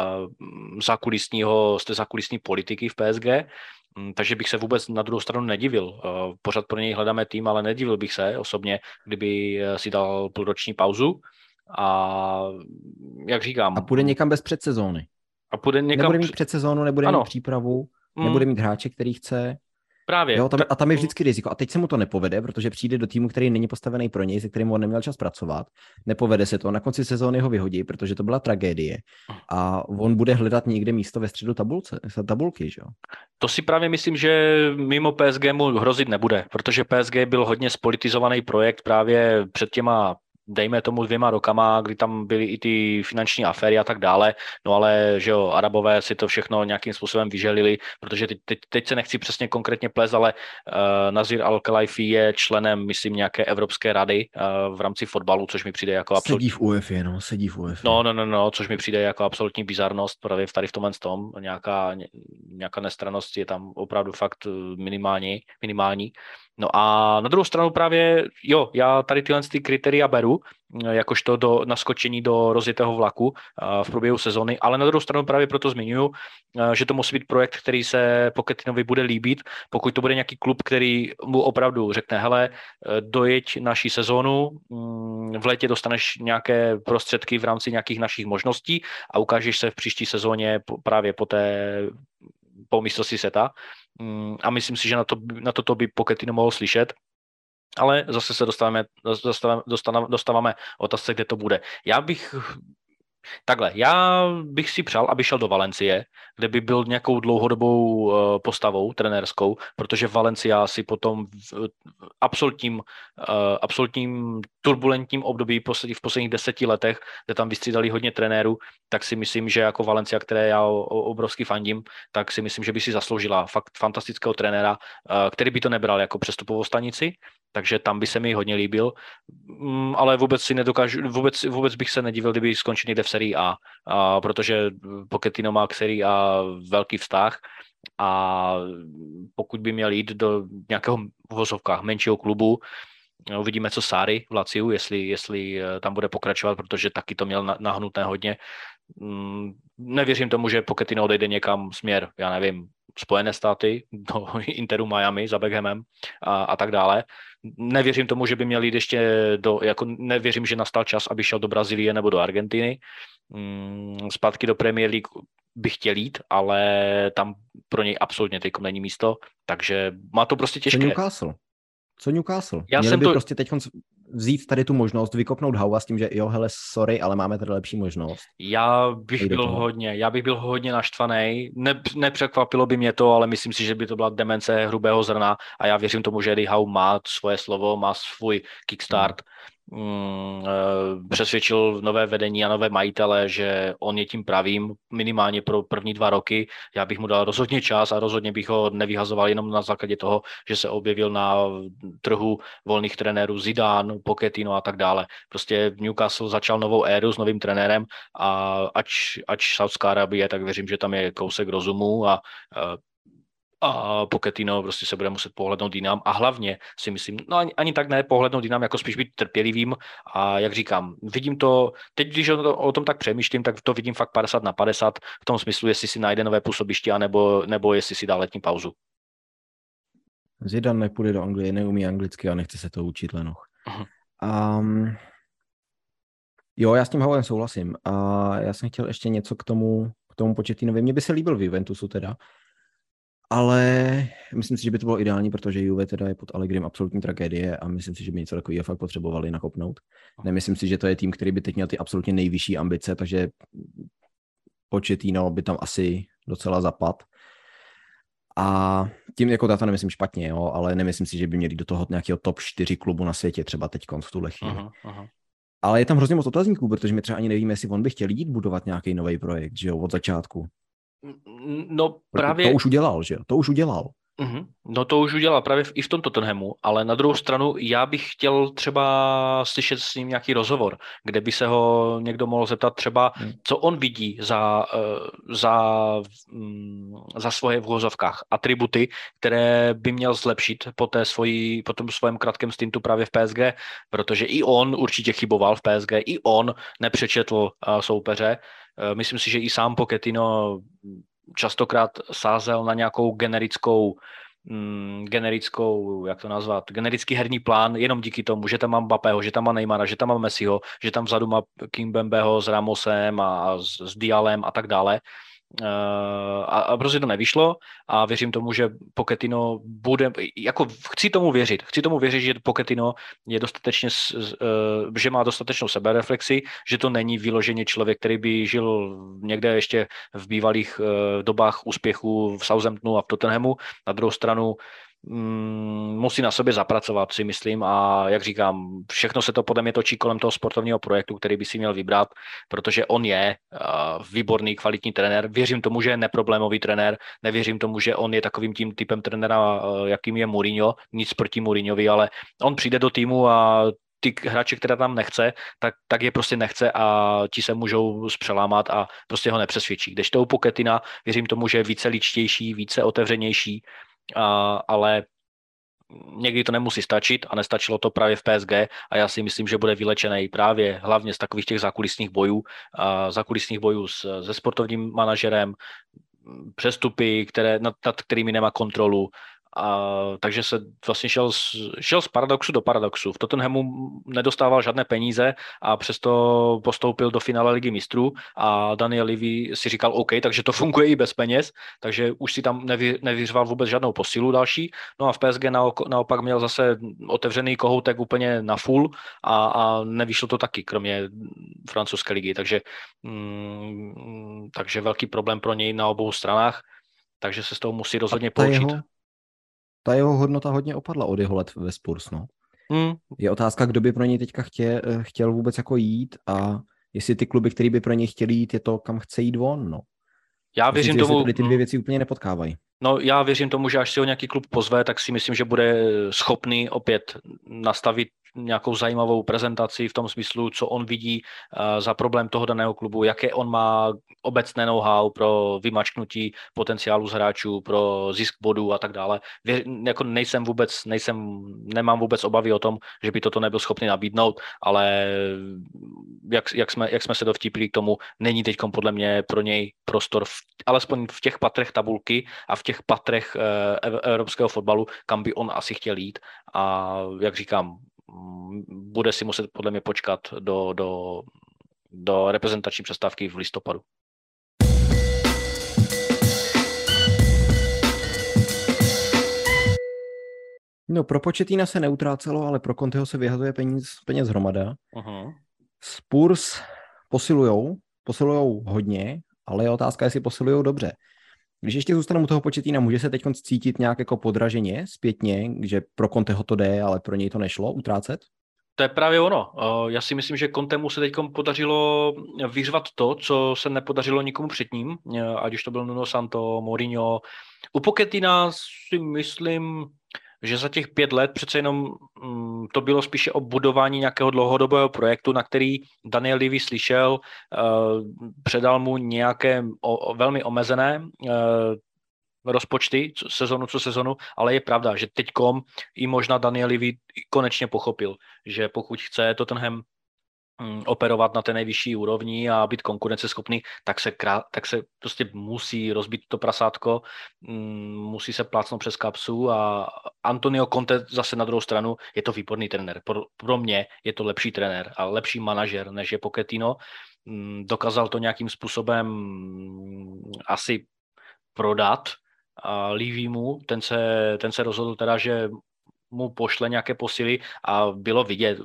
z té zákulisní politiky v PSG, takže bych se vůbec na druhou stranu nedivil. Pořád pro něj hledáme tým, ale nedivil bych se osobně, kdyby si dal půlroční pauzu a jak říkám... A půjde někam bez předsezóny. Nebude mít předsezónu, nebude mít přípravu, nebude mít hráče, který chce... Právě. Jo, tam je vždycky riziko. A teď se mu to nepovede, protože přijde do týmu, který není postavený pro něj, se kterým on neměl čas pracovat. Nepovede se to. Na konci sezóny ho vyhodí, protože to byla tragédie. A on bude hledat někde místo ve středu tabulky, že jo? To si právě myslím, že mimo PSG mu hrozit nebude, protože PSG byl hodně spolitizovaný projekt právě před těma dejme tomu 2 rokama, kdy tam byly i ty finanční aféry a tak dále, no ale že jo, Arabové si to všechno nějakým způsobem vyželili, protože teď se nechci přesně konkrétně plést, ale Nazir Al-Khelaifi je členem, myslím, nějaké Evropské rady v rámci fotbalu, což mi přijde jako absolutní... Sedí v UEFA. No, což mi přijde jako absolutní bizarnost právě tady v tomhle tom, nějaká nestrannost je tam opravdu fakt minimální. No a na druhou stranu právě, jo, já tady tyhle kritéria beru, jakožto do naskočení do rozjetého vlaku v průběhu sezony, ale na druhou stranu právě proto zmiňuji, že to musí být projekt, který se Pochettinovi bude líbit, pokud to bude nějaký klub, který mu opravdu řekne, hele, dojeď naší sezónu, v létě dostaneš nějaké prostředky v rámci nějakých našich možností a ukážeš se v příští sezóně právě po mistrovství světa. A myslím si, že na toto by Pochettino mohl slyšet. Ale zase se dostáváme otázce, kde to bude. Já bych si přál, aby šel do Valencie, kde by byl nějakou dlouhodobou postavou trenérskou, protože Valencia si potom v absolutním turbulentním období v posledních 10 letech, kde tam vystřídali hodně trenérů, tak si myslím, že jako Valencia, které já obrovsky fandím, tak si myslím, že by si zasloužila fakt fantastického trenéra, který by to nebral jako přestupovou stanici, takže tam by se mi hodně líbil, ale vůbec bych se nedivil, kdyby skončil někde v sérii A, protože Pochettino má k sérii A velký vztah a pokud by měl jít do nějakého v uvozovkách menšího klubu, uvidíme, co Sarri v Laciu, jestli tam bude pokračovat, protože taky to měl nahnuté hodně. Nevěřím tomu, že Pochettino odejde někam směr, já nevím, Spojené státy, do Interu Miami za Beckhamem a tak dále. Nevěřím tomu, že by měl jít ještě nevěřím, že nastal čas, aby šel do Brazílie nebo do Argentiny. Zpátky do Premier League bych chtěl jít, ale tam pro něj absolutně teďkom není místo, takže má to prostě těžké. Co Newcastle? Měli by prostě teď vzít tady tu možnost, vykopnout Howa s tím, že jo, hele, sorry, ale máme tady lepší možnost. Já bych byl hodně naštvaný. Nepřekvapilo by mě to, ale myslím si, že by to byla demence hrubého zrna a já věřím tomu, že Eddie Howe má svoje slovo, má svůj kickstart přesvědčil nové vedení a nové majitele, že on je tím pravým minimálně pro první 2 roky. Já bych mu dal rozhodně čas a rozhodně bych ho nevyhazoval jenom na základě toho, že se objevil na trhu volných trenérů Zidane, Pochettino a tak dále. Prostě Newcastle začal novou éru s novým trenérem a ač Saudská Arábie, tak věřím, že tam je kousek rozumu a Pochettino prostě se bude muset pohlednout jinam a hlavně si myslím, no ani tak ne pohlednout jinam, jako spíš být trpělivým a jak říkám, vidím to, teď když o tom tak přemýšlím, tak to vidím fakt 50/50 v tom smyslu, jestli si najde nové působiště, nebo jestli si dá letní pauzu. Zidane nepůjde do Anglie, neumí anglicky a nechce se to učit, Lenoch. Jo, já s tím Havlem souhlasím a já jsem chtěl ještě něco k tomu Pochettinovi. Mně by se líbil v Juventusu teda, ale myslím si, že by to bylo ideální, protože Juve teda je pod Allegrim absolutní tragédie a myslím si, že by něco takového fakt potřebovali nakopnout. Nemyslím si, že to je tým, který by teď měl ty absolutně nejvyšší ambice, takže Pochettino by tam asi docela zapad. A tím jako data nemyslím špatně, jo, ale nemyslím si, že by měli do toho nějakého top 4 klubu na světě třeba teď v tuhle chvíli. Ale je tam hrozně moc otazníků, protože my třeba ani nevíme, jestli on by chtěl jít budovat nějaký nový projekt, že jo, od začátku. No právě... To už udělal, že jo, to už udělal. No to už udělal právě i v tom Tottenhamu, ale na druhou stranu já bych chtěl třeba slyšet s ním nějaký rozhovor, kde by se ho někdo mohl zeptat třeba, co on vidí za svoje v uvozovkách atributy, které by měl zlepšit po tom svém krátkém stintu právě v PSG, protože i on určitě chyboval v PSG, i on nepřečetl soupeře. Myslím si, že i sám Pochettino častokrát sázel na nějakou generickou, jak to nazvat, generický herní plán, jenom díky tomu, že tam mám Mbappého, že tam má Neymara, že tam má Messiho, že tam vzadu má Kimpembeho s Ramosem a s Dialem a tak dále. A prostě to nevyšlo a věřím tomu, že Pochettino bude, jako chci tomu věřit, že Pochettino je dostatečně, že má dostatečnou sebereflexi, že to není vyloženě člověk, který by žil někde ještě v bývalých dobách úspěchu v Southamptonu a v Tottenhamu. Na druhou stranu musí na sobě zapracovat, si myslím, a jak říkám, všechno se to podle mě točí kolem toho sportovního projektu, který by si měl vybrat, protože on je výborný, kvalitní trenér. Věřím tomu, že je neproblémový trenér, nevěřím tomu, že on je takovým tím typem trenéra, jakým je Mourinho, nic proti Mourinhovi, ale on přijde do týmu a ty hráče, které tam nechce, tak je prostě nechce a ti se můžou zpřelámat a prostě ho nepřesvědčí. Kdežto u Pochettina věřím tomu, že je více ličtější, více otevřenější, ale někdy to nemusí stačit a nestačilo to právě v PSG a já si myslím, že bude vylečený právě hlavně z takových těch zákulisních bojů se sportovním manažerem, přestupy, nad kterými nemá kontrolu. Takže se vlastně šel z paradoxu do paradoxu. V Tottenhamu nedostával žádné peníze a přesto postoupil do finále Ligy mistrů a Daniel Levy si říkal OK, takže to funguje i bez peněz, takže už si tam nevyřval vůbec žádnou posilu další. No a v PSG naopak měl zase otevřený kohoutek úplně na full a nevyšlo to taky, kromě francouzské ligy, takže velký problém pro něj na obou stranách, takže se z toho musí rozhodně poučit. Ta jeho hodnota hodně opadla od jeho let ve Spurs, no. Je otázka, kdo by pro něj teďka chtěl vůbec jako jít a jestli ty kluby, který by pro něj chtěli jít, je to, kam chce jít on, no. Já věřím tomu, že ty dvě věci úplně nepotkávají. No já věřím tomu, že až si ho nějaký klub pozve, tak si myslím, že bude schopný opět nastavit nějakou zajímavou prezentaci v tom smyslu, co on vidí za problém toho daného klubu, jaké on má obecné know-how pro vymačknutí potenciálu z hráčů, pro zisk bodů a tak dále. Jako nemám vůbec obavy o tom, že by toto nebyl schopný nabídnout, ale jak jsme se dovtipili k tomu, není teď podle mě pro něj prostor, alespoň v těch patrech tabulky a v těch patrech evropského fotbalu, kam by on asi chtěl jít. A jak říkám, bude si muset podle mě počkat do reprezentační přestávky v listopadu. No, pro Pochettina se neutrácelo, ale pro Conteho se vyhazuje peněz hromada. Spurs posilujou hodně, ale je otázka, jestli posilujou dobře. Když ještě zůstanu u toho Pochettina, může se teď cítit nějak jako podraženě zpětně, že pro Conteho to jde, ale pro něj to nešlo utrácet? To je právě ono. Já si myslím, že Contemu se teď podařilo vyřvat to, co se nepodařilo nikomu předtím, ať už to byl Nuno Santo, Mourinho. U Pochettina si myslím, že za těch 5 let přece jenom to bylo spíše o budování nějakého dlouhodobého projektu, na který Daniel Levy slyšel, předal mu nějaké velmi omezené rozpočty sezonu co sezonu, ale je pravda, že teďkom i možná Daniel Levy konečně pochopil, že pokud chce Tottenham operovat na té nejvyšší úrovni a být konkurenceschopný, tak se prostě musí rozbít to prasátko, musí se plácnout přes kapsu a Antonio Conte zase na druhou stranu je to výborný trenér. Pro mě je to lepší trenér a lepší manažer, než je Pochettino. Dokázal to nějakým způsobem asi prodat a Levymu, ten se rozhodl teda, že mu pošle nějaké posily a bylo vidět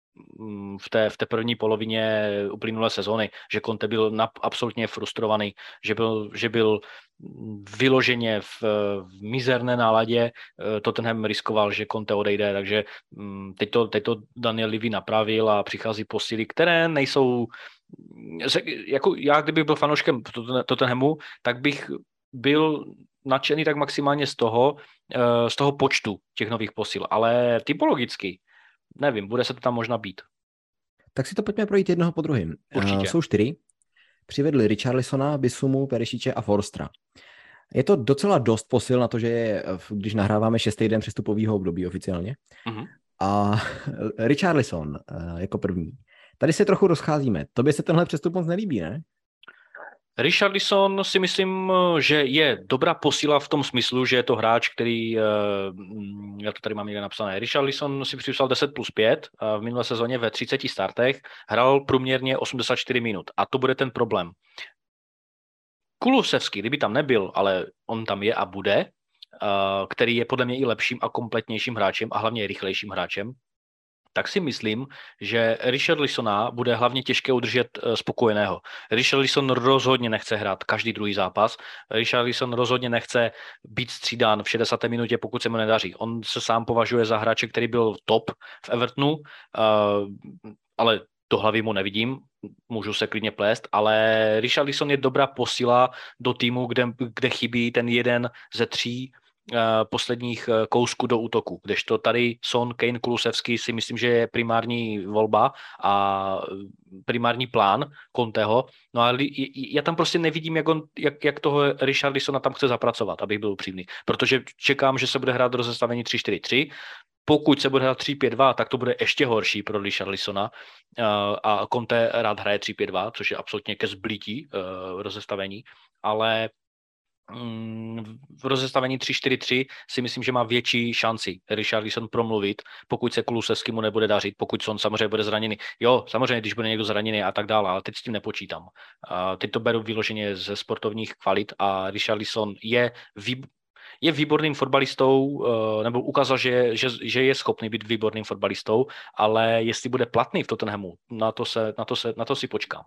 v té první polovině uplynulé sezóny, že Conte byl absolutně frustrovaný, že byl vyloženě v mizerné náladě, Tottenham riskoval, že Conte odejde, takže teď to Daniel Levy napravil a přichází posily, které nejsou, jako já kdybych byl fanouškem Tottenhamu, tak bych byl nadšený tak maximálně z toho počtu těch nových posil, ale typologicky nevím, bude se to tam možná být. Tak si to pojďme projít jednoho po druhém. Jsou 4. Přivedli Richarlisona, Bisumu, Perišiče a Forstra. Je to docela dost posil na to, že je, když nahráváme 6. den přestupového období oficiálně. Uh-huh. A Richarlison jako první. Tady se trochu rozcházíme. Tobě se tenhle přestup moc nelíbí, ne? Richarlison si myslím, že je dobrá posila v tom smyslu, že je to hráč, který, já to tady mám někde napsané, Richarlison si připsal 10+5 v minulé sezóně ve 30 startech, hrál průměrně 84 minut a to bude ten problém. Kulusevský, kdyby tam nebyl, ale on tam je a bude, který je podle mě i lepším a kompletnějším hráčem a hlavně rychlejším hráčem, tak si myslím, že Richarlisona bude hlavně těžké udržet spokojeného. Richarlison rozhodně nechce hrát každý druhý zápas. Richarlison rozhodně nechce být střídán v 60. minutě, pokud se mu nedaří. On se sám považuje za hráče, který byl top v Evertonu, ale do hlavy mu nevidím, můžu se klidně plést, ale Richarlison je dobrá posila do týmu, kde chybí ten jeden ze 3 posledních kousků do útoku, kdežto tady Son, Kane, Kulusevský si myslím, že je primární volba a primární plán Conteho, no ale já tam prostě nevidím, jak toho Richarlisona tam chce zapracovat, abych byl upřímný, protože čekám, že se bude hrát do rozestavení 3-4-3, pokud se bude hrát 3-5-2, tak to bude ještě horší pro Richarlisona a Conte rád hraje 3-5-2, což je absolutně ke zblítí rozestavení, ale v rozestavení 3-4-3 si myslím, že má větší šanci Richarlison promluvit, pokud se Kulusevskému nebude dařit, pokud Son samozřejmě bude zraněný. Jo, samozřejmě, když bude někdo zraněný a tak dále, ale teď s tím nepočítám. Teď to beru vyloženě ze sportovních kvalit a Richarlison je výborným fotbalistou, nebo ukázal, že je schopný být výborným fotbalistou, ale jestli bude platný v Tottenhamu, na to si počkám.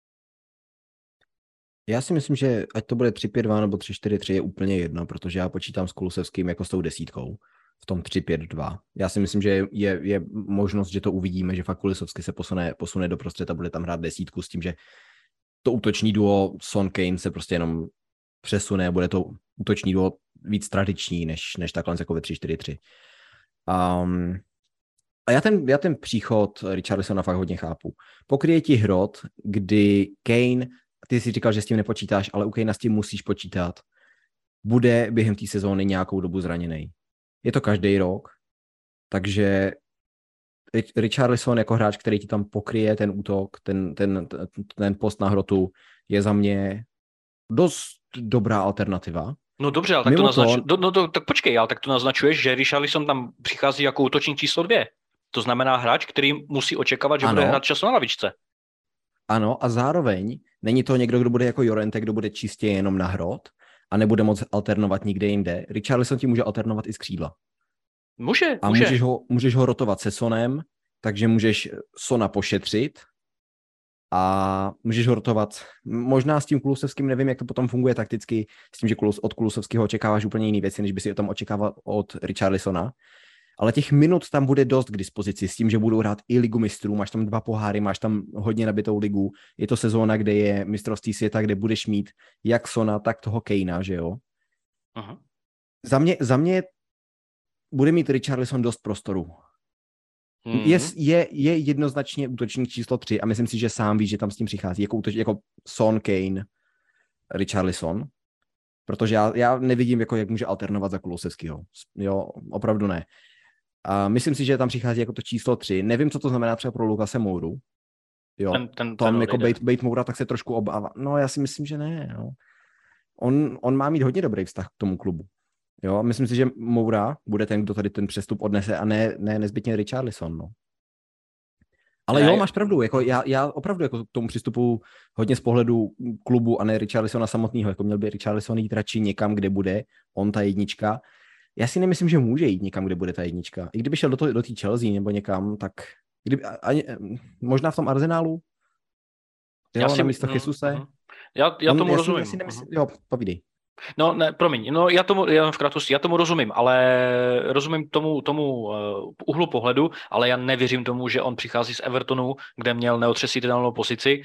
Já si myslím, že ať to bude 3-5-2 nebo 3-4-3 je úplně jedno, protože já počítám s Kulusevským jako s tou desítkou v tom 3-5-2. Já si myslím, že je možnost, že to uvidíme, že fakt Kulusevský se posune doprostřed a bude tam hrát desítku s tím, že to útoční duo Son Kane se prostě jenom přesune, bude to útoční duo víc tradiční, než takhle jako ve 3-4-3. A já ten příchod Richarlisona fakt hodně chápu. Pokryje ti hrot, kdy Kane, ty si říkal, že s tím nepočítáš, ale u Kanea s tím musíš počítat, bude během té sezóny nějakou dobu zraněný. Je to každý rok, takže Richarlison jako hráč, který ti tam pokryje ten útok, ten post na hrotu, je za mě dost dobrá alternativa. No dobře, ale tak počkej, ale tak to naznačuješ, že Richarlison tam přichází jako útočník číslo 2. To znamená hráč, který musí očekávat, že bude hrát často na lavičce. Ano, a zároveň není to někdo, kdo bude jako Llorente, kdo bude čistě jenom na hrot a nebude moc alternovat nikde jinde. Richarlison ti může alternovat i z křídla. Může. Můžeš ho rotovat se Sonem, takže můžeš Sona pošetřit a můžeš ho rotovat. Možná s tím Kulusevským nevím, jak to potom funguje takticky, s tím, že od Kulusevského očekáváš úplně jiné věci, než by si tam očekával od Richarlisona. Ale těch minut tam bude dost k dispozici s tím, že budou hrát i ligu mistrů, máš tam 2 poháry, máš tam hodně nabitou ligu, je to sezóna, kde je mistrovství světa, kde budeš mít jak Sona, tak toho Kanea, že jo? Aha. Za mě bude mít Richarlison dost prostoru. Je jednoznačně útočník číslo 3 a myslím si, že sám ví, že tam s tím přichází jako Son, Kane, Richarlison, protože já nevidím, jak může alternovat za Kulusevskýho. Jo, opravdu ne. A myslím si, že tam přichází jako to číslo 3. Nevím, co to znamená třeba pro Lukase Mouru. Jo, tam jako bejt Moura, tak se trošku obává. No, já si myslím, že ne. No. On má mít hodně dobrý vztah k tomu klubu. Jo, myslím si, že Moura bude ten, kdo tady ten přestup odnese a ne nezbytně Richarlison, no. Ale jo, máš pravdu, jako já opravdu jako k tomu přistupu hodně z pohledu klubu a ne Richarlisona samotného, jako měl by Richarlison jít radši někam, kde bude on ta jednička. Já si nemyslím, že může jít někam, kde bude ta jednička. I kdyby šel do té Chelsea nebo někam, tak možná v tom Arsenálu, jo, na místo Jesuse. Já tomu rozumím. Jo, povídej. No, ne, promiň, no já v krátkosti, já tomu rozumím, ale rozumím tomu úhlu pohledu, ale já nevěřím tomu, že on přichází z Evertonu, kde měl neotřesitelnou pozici.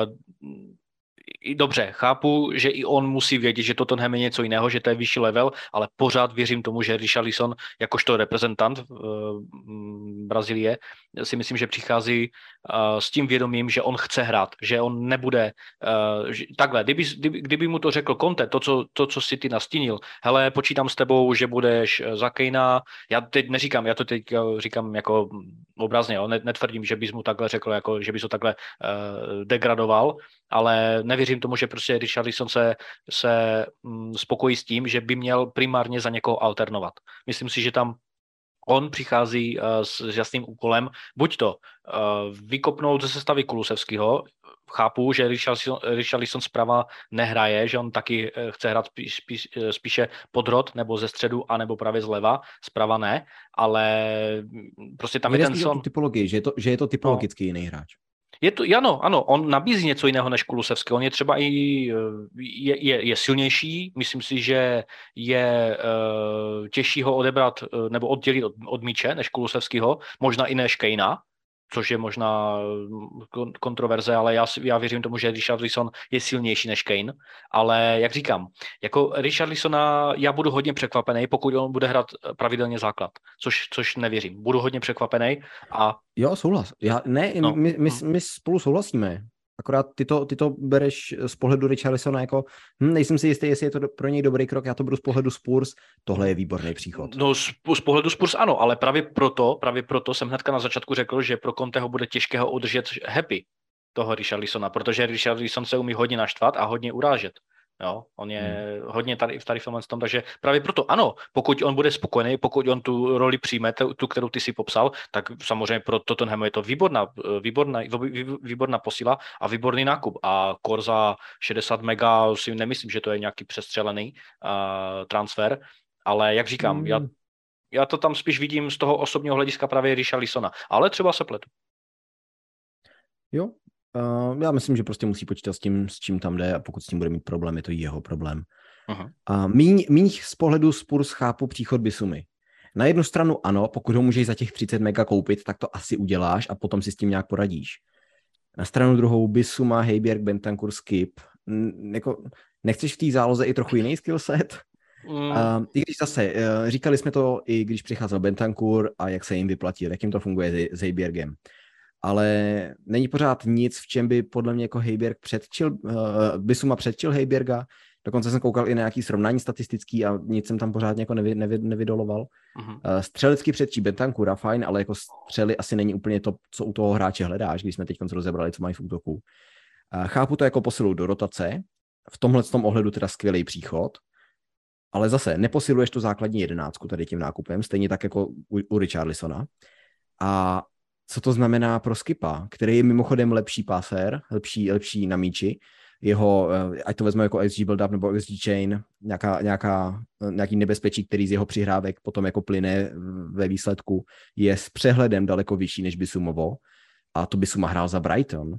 Dobře, chápu, že i on musí vědět, že Tottenham je něco jiného, že to je vyšší level, ale pořád věřím tomu, že Richarlison, jakožto reprezentant Brazílie, si myslím, že přichází s tím vědomím, že on chce hrát, že on nebude takhle, kdyby mu to řekl Conte, to, co si ty nastínil, hele, počítám s tebou, že budeš za Kanea, já teď neříkám, já to teď říkám jako obrazně, netvrdím, že bys mu takhle řekl, jako, že bys ho takhle degradoval, ale nevěřím tomu, že prostě Richarlison se spokojí s tím, že by měl primárně za někoho alternovat. Myslím si, že tam on přichází s jasným úkolem, buď to vykopnout ze sestavy Kulusevského, chápu, že Richarlison zprava nehraje, že on taky chce hrát spíše podrod, nebo ze středu, anebo právě zleva, zprava ne, ale prostě tam je ten Son. Typologii, že je to typologicky jiný hráč. Ano, on nabízí něco jiného než Kulusevský. On je třeba i je silnější, myslím si, že je těžší ho odebrat nebo oddělit od míče než Kulusevskýho, možná i než Kanea, což je možná kontroverze, ale já věřím tomu, že Richarlison je silnější než Kane, ale jak říkám, jako Richarlisona já budu hodně překvapený, pokud on bude hrát pravidelně základ, což nevěřím. Budu hodně překvapený a... Jo, souhlas. My spolu souhlasíme. Akorát ty to bereš z pohledu Richarlisona jako, nejsem si jistý, jestli je to pro něj dobrý krok, já to beru z pohledu Spurs, tohle je výborný příchod. No z pohledu Spurs ano, ale právě proto jsem hnedka na začátku řekl, že pro Conteho bude těžké ho udržet happy, toho Richarlisona, protože Richarlison se umí hodně naštvat a hodně urážet. Jo, on je hodně tady v tomhle tom, takže právě proto ano, pokud on bude spokojený, pokud on tu roli přijme, tu, kterou ty si popsal, tak samozřejmě pro Tottenham je to výborná posila a výborný nákup. A kor za 60 mega si nemyslím, že to je nějaký přestřelený transfer, ale jak říkám, já to tam spíš vidím z toho osobního hlediska právě Richarlisona, ale třeba se pletu. Jo. Já myslím, že prostě musí počítat s čím tam jde a pokud s tím bude mít problém, je to jeho problém. Uh-huh. A míň z pohledu Spurs chápu příchod Bisumy. Na jednu stranu ano, pokud ho můžeš za těch 30 mega koupit, tak to asi uděláš a potom si s tím nějak poradíš. Na stranu druhou Bisuma, Højbjerg, Bentancur, Skip. Jako, nechceš v té záloze i trochu jiný skillset? I když zase, říkali jsme to i když přicházel Bentancur a jak se jim vyplatil, jak jim to funguje s Højbjergem. Ale není pořád nic, v čem by podle mě jako Højbjerg Bisuma předčil Højbjerga. Dokonce jsem koukal i na nějaký srovnání statistický a nic jsem tam pořádně jako nevydoloval. Uh-huh. Střelecky předčí Bentancura, fajn, ale jako střely asi není úplně to, co u toho hráče hledáš, když jsme teď rozebrali, co mají v útoku. Chápu to jako posilu do rotace, v tomhletom ohledu teda skvělý příchod, ale zase neposiluješ tu základní 11 tady tím nákupem, stejně tak jako u Richarlisona. A co to znamená pro Skipa, který je mimochodem lepší pasér, lepší na míči. Jeho, ať to vezme jako XG build-up nebo XG chain, nějaký nebezpečí, který z jeho přihrávek potom jako plyne ve výsledku, je s přehledem daleko vyšší než Bisumovo. A to Bisuma hrál za Brighton.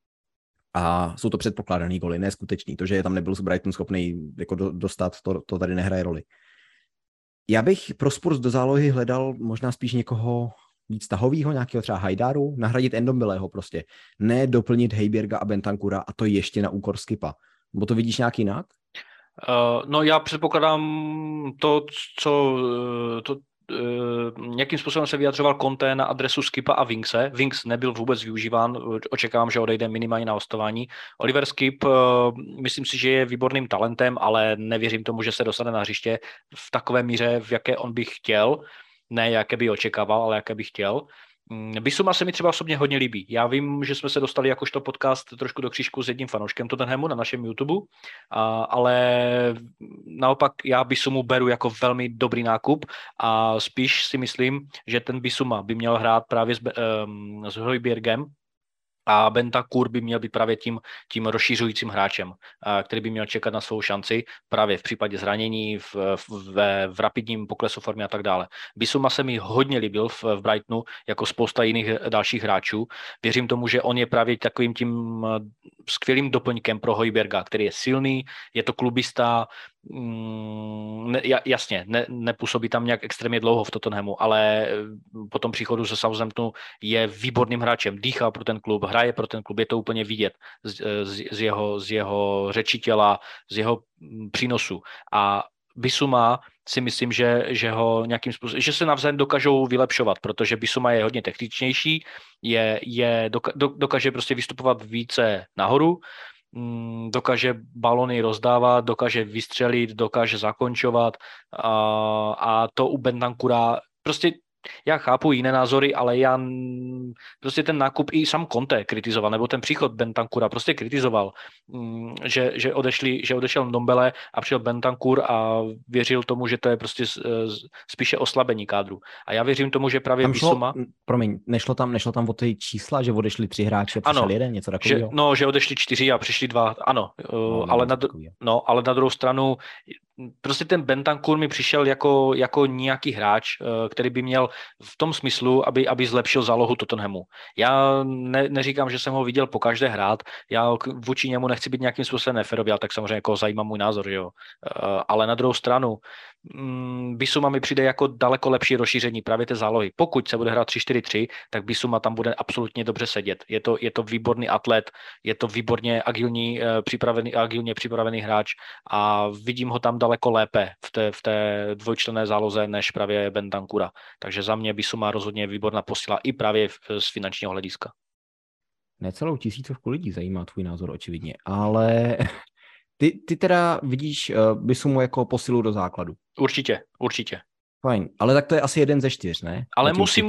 A jsou to předpokládaný goly, ne skutečný. To, že je tam nebyl z Brighton schopný jako dostat, to tady nehraje roli. Já bych pro Spurs do zálohy hledal možná spíš někoho víc tahovýho, nějakého třeba Hajdáru, nahradit Endombilého prostě. Ne doplnit Hejbjerga a Bentancura a to ještě na úkor Skipa. Nebo to vidíš nějak jinak? No já předpokládám to, co nějakým způsobem se vyjadřoval Conte na adresu Skipa a Wingse. Wings nebyl vůbec využíván, očekávám, že odejde minimálně na hostování. Oliver Skip, myslím si, že je výborným talentem, ale nevěřím tomu, že se dostane na hřiště v takové míře, v jaké on by chtěl. Ne, jaké by očekával, ale jaké by chtěl. Bissouma se mi třeba osobně hodně líbí. Já vím, že jsme se dostali jakožto podcast trošku do křížku s jedním fanouškem Tottenhamu na našem YouTube, ale naopak já Bissoumu beru jako velmi dobrý nákup a spíš si myslím, že ten Bissouma by měl hrát právě s Højbjergem, a Bentancur by měl být právě tím rozšířujícím hráčem, který by měl čekat na svou šanci právě v případě zranění, v rapidním poklesu formy a tak dále. Bissouma se mi hodně líbil v Brightonu, jako spousta jiných dalších hráčů. Věřím tomu, že on je právě takovým tím skvělým doplňkem pro Højbjerga, který je silný, je to klubista, jasně, nepůsobí tam nějak extrémně dlouho v Tottenhamu, ale po tom příchodu ze Southamptonu je výborným hráčem, dýchá pro ten klub, hraje pro ten klub, je to úplně vidět z jeho řeči těla, z jeho přínosu. A Bissouma si myslím, že ho nějakým způsobem, že se navzájem dokážou vylepšovat, protože Bissouma je hodně techničnější, dokáže prostě vystupovat více nahoru, dokáže balony rozdávat, dokáže vystřelit, dokáže zakončovat a to u Bentancura prostě já chápu jiné názory, ale já prostě ten nákup i sám Conte kritizoval, nebo ten příchod Bentancura prostě kritizoval, že odešel Ndombele a přišel Bentancur a věřil tomu, že to je prostě spíše oslabení kádru. A já věřím tomu, že právě Bissouma... Promiň, nešlo tam o ty čísla, že odešli 3 hráči a přišel jeden, něco takového? Že odešli 4 a přišli 2, ano. Ale na druhou stranu prostě ten Bentancur mi přišel jako nějaký hráč, který by měl v tom smyslu, aby zlepšil zálohu Tottenhamu. Já neříkám, že jsem ho viděl po každé hrát, já vůči němu nechci být nějakým způsobem neférový, ale tak samozřejmě jako zajímá můj názor, že jo. Ale na druhou stranu Bissouma mi přijde jako daleko lepší rozšíření právě té zálohy. Pokud se bude hrát 3-4-3, tak Bissouma tam bude absolutně dobře sedět. Je to výborný atlet, je to výborně agilně připravený hráč a vidím ho tam daleko lépe v té dvojčlenné záloze než právě Bentancura. Takže za mě Bissouma rozhodně výborná posila i právě z finančního hlediska. Necelou 1000 lidí zajímá tvůj názor očividně, ale ty teda vidíš Bissoumu jako posilu do základu. Určitě. Fajn, ale tak to je asi 1 ze 4, ne? Ale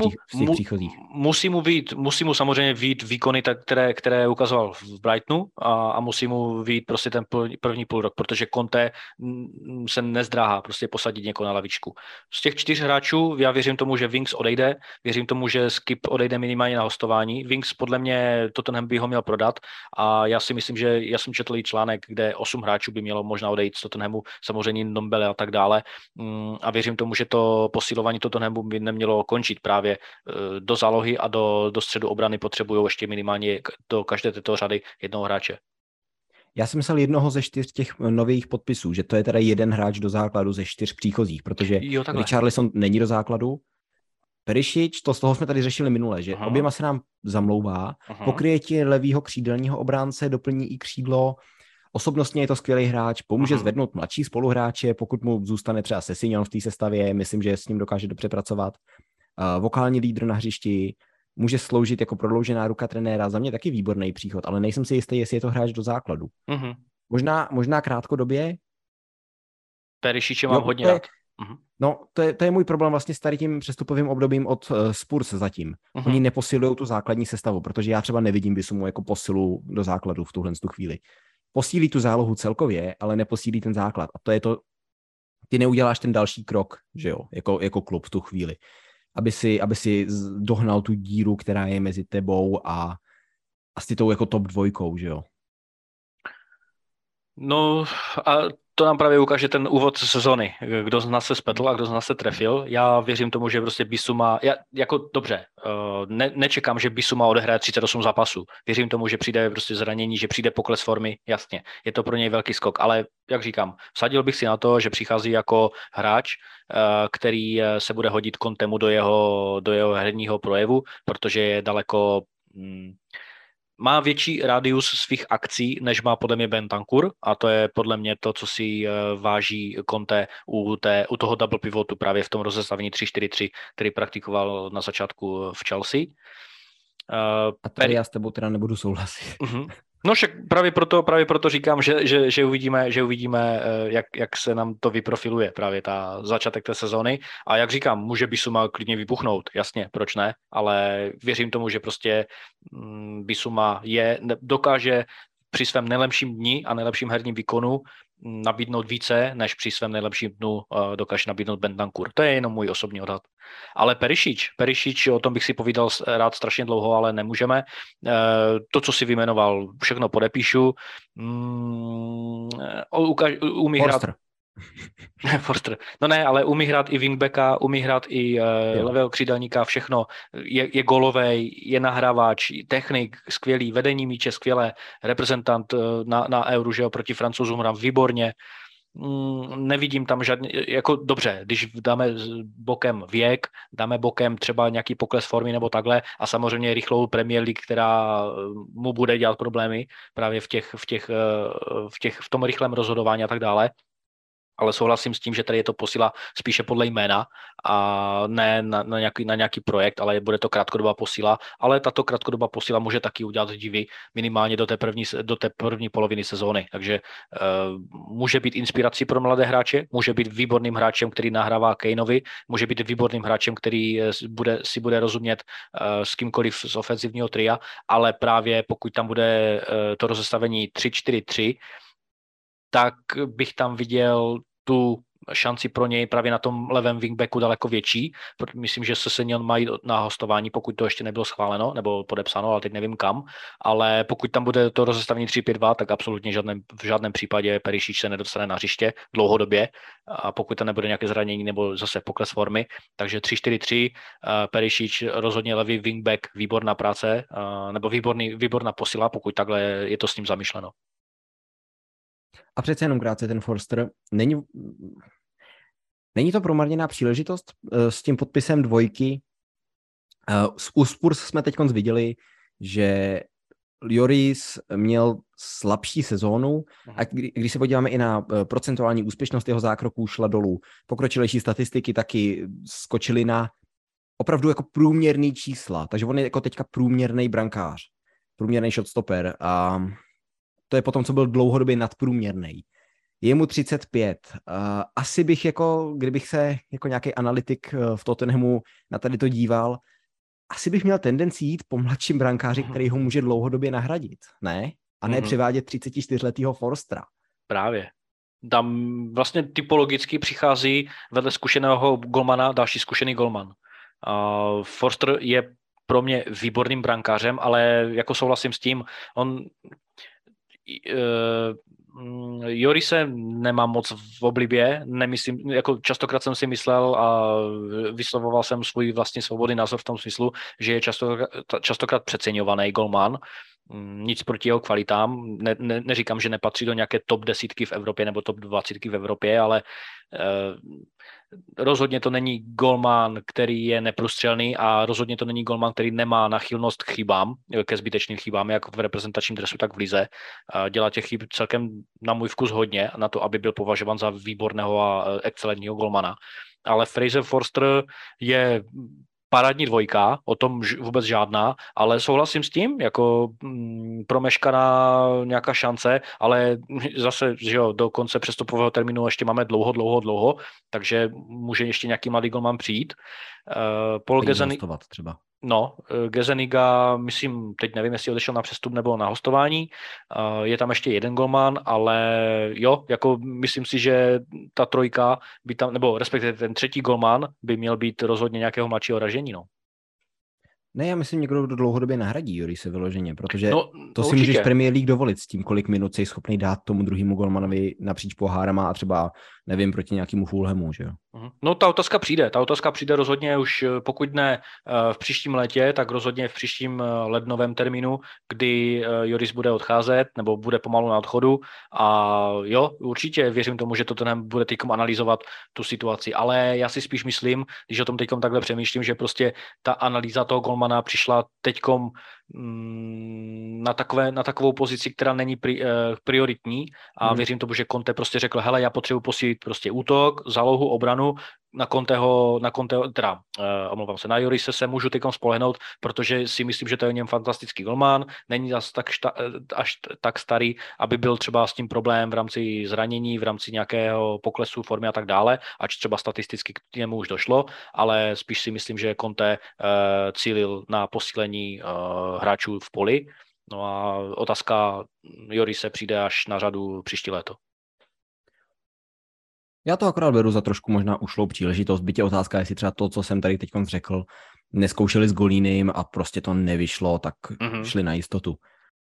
musí mu samozřejmě vyjít výkony, které ukazoval v Brightonu a musí mu vyjít prostě ten první půlrok, protože Conte se nezdráhá prostě posadit někoho na lavičku. Z těch 4 hráčů já věřím tomu, že Wings odejde, věřím tomu, že Skip odejde minimálně na hostování. Wings podle mě Tottenham by ho měl prodat a já si myslím, že já jsem četl i článek, kde 8 hráčů by mělo možná odejít z Tottenhamu, samozřejmě Ndombele a tak dále a věřím tomu, že to posilování Tottenhamu by nemělo končit právě do zálohy a do středu obrany potřebují ještě minimálně do každé této řady jednoho hráče. Já jsem myslel jednoho ze 4 těch nových podpisů, že to je teda 1 hráč do základu ze 4 příchozích, protože Richarlison není do základu. Perišič, z toho jsme tady řešili minule, že oběma se nám zamlouvá, pokryje ti levýho křídelního obránce, doplní i křídlo. Osobnostně je to skvělý hráč, pomůže zvednout mladší spoluhráče, pokud mu zůstane třeba Sessegnon v té sestavě, myslím, že s ním dokáže dobře pracovat. Vokální lídr na hřišti, může sloužit jako prodloužená ruka trenéra, za mě taky výborný příchod, ale nejsem si jistý, jestli je to hráč do základu. Možná krátkodobě. Perišiče mám hodně rád. No, to je můj problém vlastně s tady tím přestupovým obdobím od Spurs zatím. Oni neposilují tu základní sestavu, protože já třeba nevidím Bissoumu jako posilu do základu v tuhle chvíli. Posílí tu zálohu celkově, ale neposílí ten základ. A to je to, ty neuděláš ten další krok, že jo, jako klub v tu chvíli. Aby si dohnal tu díru, která je mezi tebou a s tou jako top 2, že jo. No a to nám právě ukáže ten úvod sezony, kdo z nás se spletl a kdo z nás se trefil. Já věřím tomu, že prostě Bissouma, jako dobře, nečekám, že Bissouma odehraje 38 zápasů. Věřím tomu, že přijde prostě zranění, že přijde pokles formy, jasně. Je to pro něj velký skok, ale jak říkám, vsadil bych si na to, že přichází jako hráč, který se bude hodit Contemu do jeho herního projevu, protože je daleko má větší rádius svých akcí, než má podle mě Bentancur, a to je podle mě to, co si váží Conte u toho double pivotu právě v tom rozestavení 3-4-3, který praktikoval na začátku v Chelsea. A tady já s tebou teda nebudu souhlasit. No však právě proto říkám, že uvidíme, jak se nám to vyprofiluje právě ta začátek té sezóny, a jak říkám, může Bissouma klidně vybuchnout, jasně, proč ne, ale věřím tomu, že prostě Bissouma dokáže při svém nejlepším dni a nejlepším herním výkonu nabídnout více, než při svém nejlepším dnu dokáže nabídnout Bentancur. To je jenom můj osobní odhad. Ale Perišič, o tom bych si povídal rád strašně dlouho, ale nemůžeme. To, co si vyjmenoval, všechno podepíšu. Umí hrát... Forster. No ne, ale umí hrát i wingbacka, umí hrát i levého křídelníka, všechno. Je golovej, je nahrávač, technik, skvělý, vedení míče, skvělé, reprezentant na Euru, že jo, proti Francouzům hrám výborně. Nevidím tam žádný, jako dobře, když dáme bokem věk, dáme bokem třeba nějaký pokles formy nebo takhle, a samozřejmě rychlou Premier League, která mu bude dělat problémy právě v tom rychlém rozhodování a tak dále. Ale souhlasím s tím, že tady je to posila spíše podle jména a ne na nějaký projekt, ale bude to krátkodobá posila, ale tato krátkodobá posila může taky udělat divy minimálně do té první poloviny sezóny, takže může být inspirací pro mladé hráče, může být výborným hráčem, který nahrává Kaneovi, může být výborným hráčem, který si bude rozumět s kýmkoliv z ofenzivního tria, ale právě pokud tam bude to rozestavení 3-4-3, tak bych tam viděl tu šanci pro něj právě na tom levém wingbacku daleko větší. Myslím, že Sessegnon mají na hostování, pokud to ještě nebylo schváleno nebo podepsáno, ale teď nevím kam. Ale pokud tam bude to rozestavení 3-5-2, tak absolutně v žádném případě Perišič se nedostane na hřiště dlouhodobě, a pokud tam nebude nějaké zranění nebo zase pokles formy. Takže 3-4-3, Perišič rozhodně levý wingback, výborná práce, nebo výborná posila, pokud takhle je to s ním zamýšleno. A přece jenom krátce ten Forster, není to promarněná příležitost s tím podpisem 2? U Spurs jsme teď viděli, že Lloris měl slabší sezónu, a když se podíváme i na procentuální úspěšnost jeho zákroků, šla dolů. Pokročilejší statistiky taky skočily na opravdu jako průměrný čísla, takže on je jako teďka průměrný brankář, průměrný shotstopper, a to je potom, co byl dlouhodobě nadprůměrný. Je mu 35. Asi bych kdybych se jako nějaký analytik v Tottenhamu na tady to díval, asi bych měl tendenci jít po mladším brankáři, který ho může dlouhodobě nahradit, ne? A ne převádět 34letýho Forstera. Právě. Tam vlastně typologicky přichází vedle zkušeného golmana další zkušený golman. Forster je pro mě výborným brankářem, ale jako souhlasím s tím, Llorise nemám moc v oblibě, nemyslím, jako častokrát jsem si myslel a vyslovoval jsem svůj vlastní svobodný názor v tom smyslu, že je častokrát přeceňovaný golman. Nic proti jeho kvalitám, neříkám, že nepatří do nějaké top 10 v Evropě nebo top 20 v Evropě, ale rozhodně to není golman, který je neprůstřelný, a rozhodně to není golman, který nemá náchylnost k chybám, ke zbytečným chybám, jak v reprezentačním dresu, tak v lize. Dělá těch chyb celkem na můj vkus hodně, na to, aby byl považován za výborného a excelentního golmana. Ale Fraser Forster je parádní 2, o tom vůbec žádná, ale souhlasím s tím, jako promeškaná nějaká šance, ale zase, že jo, do konce přestupového termínu ještě máme dlouho, takže může ještě nějaký mladý golman přijít. Paul Gezeniga třeba. No, Gezeniga, myslím, teď nevím, jestli odešel na přestup nebo na hostování. Je tam ještě jeden golman, ale jo, jako myslím si, že ta 3 by tam, nebo respektive ten 3. golman by měl být rozhodně nějakého mladšího ražení, no. Ne, já myslím někdo, kdo dlouhodobě nahradí Jorise vyloženě, protože No, to si určitě. můžeš Premier League dovolit s tím, kolik minut jsi schopný dát tomu druhému golmanovi napříč pohárama a třeba, nevím, proti nějakému Fulhamu, že jo? No ta otázka přijde rozhodně už, pokud ne v příštím létě, tak rozhodně v příštím lednovém termínu, kdy Joris bude odcházet, nebo bude pomalu na odchodu a jo, určitě věřím tomu, že Tottenham bude teďkom analyzovat tu situaci, ale já si spíš myslím, když o tom teďkom takhle přemýšlím, že prostě ta analýza toho golmana přišla teďkom na takovou pozici, která není prioritní a věřím tomu, že Conte prostě řekl, hele, já potřebuji posílit prostě útok, zálohu, obranu, omlouvám se, na Jorise se můžu teďkom spolehnout, protože si myslím, že to je o něm fantastický golman, není až tak starý, aby byl třeba s tím problém v rámci zranění, v rámci nějakého poklesu formy a tak dále, ač třeba statisticky k němu už došlo, ale spíš si myslím, že Conte cílil na posílení hráčů v poli. No a otázka Jorise přijde až na řadu příští léto. Já to akorát beru za trošku možná ušlou příležitost, byť je otázka, jestli třeba to, co jsem tady teď řekl, neskoušeli s Golínem a prostě to nevyšlo, tak šli na jistotu.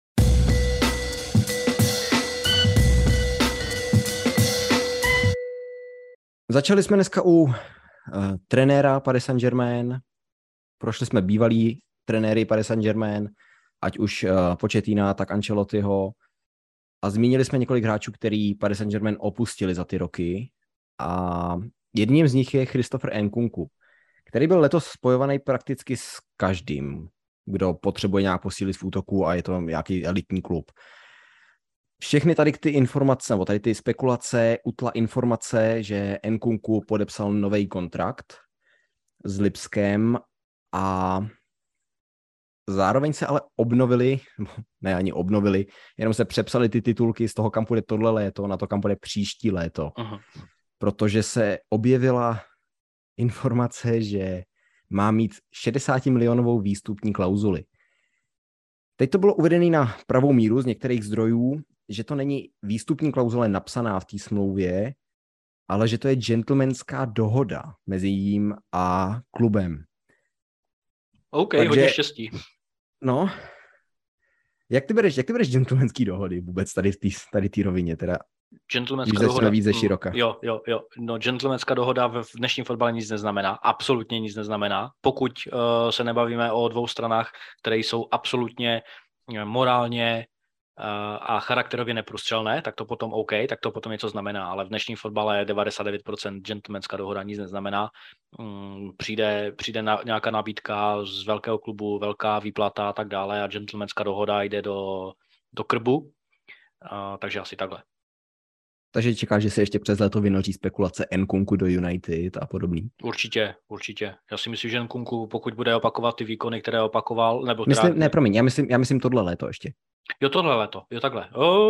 Začali jsme dneska u trenéra Paris Saint-Germain, prošli jsme bývalý trenéry Paris Saint-Germain, ať už Pochettina, tak Ancelottiho a zmínili jsme několik hráčů, který Paris Saint-Germain opustili za ty roky a jedním z nich je Christopher Nkunku, který byl letos spojovaný prakticky s každým, kdo potřebuje nějak posílit v útoku a je to nějaký elitní klub. Všechny tady ty informace, nebo tady ty spekulace, utla informace, že Nkunku podepsal nový kontrakt s Lipskem a zároveň se ale obnovili, jenom se přepsali ty titulky z toho, kam půjde tohle léto, na to, kam půjde příští léto. Aha. Protože se objevila informace, že má mít 60 milionovou výstupní klauzuli. Teď to bylo uvedené na pravou míru z některých zdrojů, že to není výstupní klauzule napsaná v té smlouvě, ale že to je gentlemanská dohoda mezi jím a klubem. OK, takže, hodně štěstí. No, jak ty bereš gentlemanský dohody vůbec tady v té rovině, teda? Gentlemanská dohoda. Víc ze široka. Jo. No, gentlemanská dohoda v dnešním fotbale nic neznamená. Absolutně nic neznamená. Pokud se nebavíme o dvou stranách, které jsou absolutně morálně a charakterově neprůstřelné, tak to potom OK, tak to potom něco znamená, ale v dnešním fotbale 99% gentlemanská dohoda nic neznamená. Přijde nějaká nabídka z velkého klubu, velká výplata a tak dále a gentlemanská dohoda jde do krbu, takže asi takhle. Takže čekáš, že se ještě přes léto vynoří spekulace Nkunku do United a podobný? Určitě. Já si myslím, že Nkunku, pokud bude opakovat ty výkony, které opakoval, nebo... Já myslím tohle léto ještě. Jo, tohle léto, jo takhle.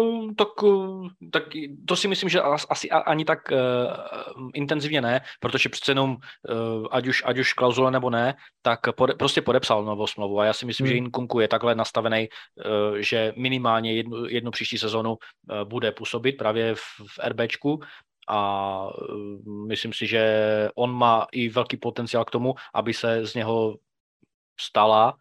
Tak to si myslím, že asi ani tak intenzivně ne, protože přece jenom ať už klauzule nebo ne, tak prostě podepsal novou smlouvu a já si myslím, že Nkunku je takhle nastavený, že minimálně jednu příští sezonu bude působit právě v RBčku a myslím si, že on má i velký potenciál k tomu, aby se z něho stala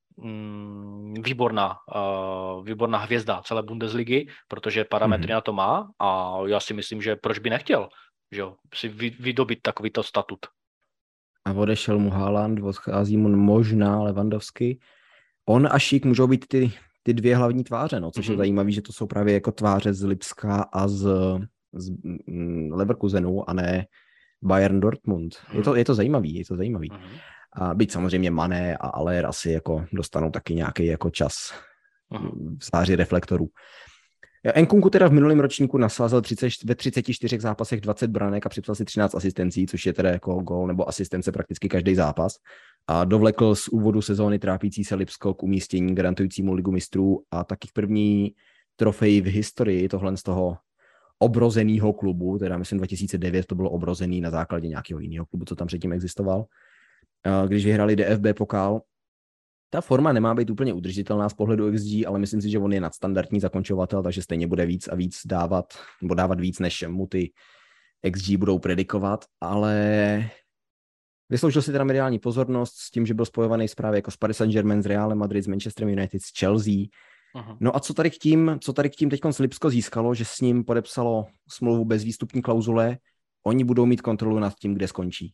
výborná hvězda celé Bundesligy, protože parametry na to má a já si myslím, že proč by nechtěl, že jo, si vydobit takovýto statut. A odešel mu Haaland, odchází mu možná Lewandowski. On a Šík můžou být ty dvě hlavní tváře, no, což je zajímavé, že to jsou právě jako tváře z Lipska a z Leverkusenu a ne Bayern Dortmund. Je to zajímavý. A byť samozřejmě Mané a Aller asi jako dostanou taky nějaký jako čas v záři reflektorů. Nkunku teda v minulém ročníku nasázel ve 34 zápasech 20 branek a připsal si 13 asistencí, což je teda jako gól nebo asistence prakticky každý zápas. A dovlekl z úvodu sezóny trápící se Lipsko k umístění garantujícímu Ligu mistrů a taky první trofej v historii tohle z toho obrozenýho klubu, teda myslím 2009 to bylo obrozený na základě nějakého jiného klubu, co tam předtím existoval. Když vyhrali DFB pokal. Ta forma nemá být úplně udržitelná z pohledu XG, ale myslím si, že on je nadstandardní zakončovatel, takže stejně bude víc a víc dávat víc, než mu ty XG budou predikovat, ale Vysloužil si teda mediální pozornost s tím, že byl spojovaný právě jako s Paris Saint-Germain, s Realem Madrid, s Manchesterem United, s Chelsea. No a co tady k tím teď Lipsko získalo, že s ním podepsalo smlouvu bez výstupní klauzule, oni budou mít kontrolu nad tím, kde skončí.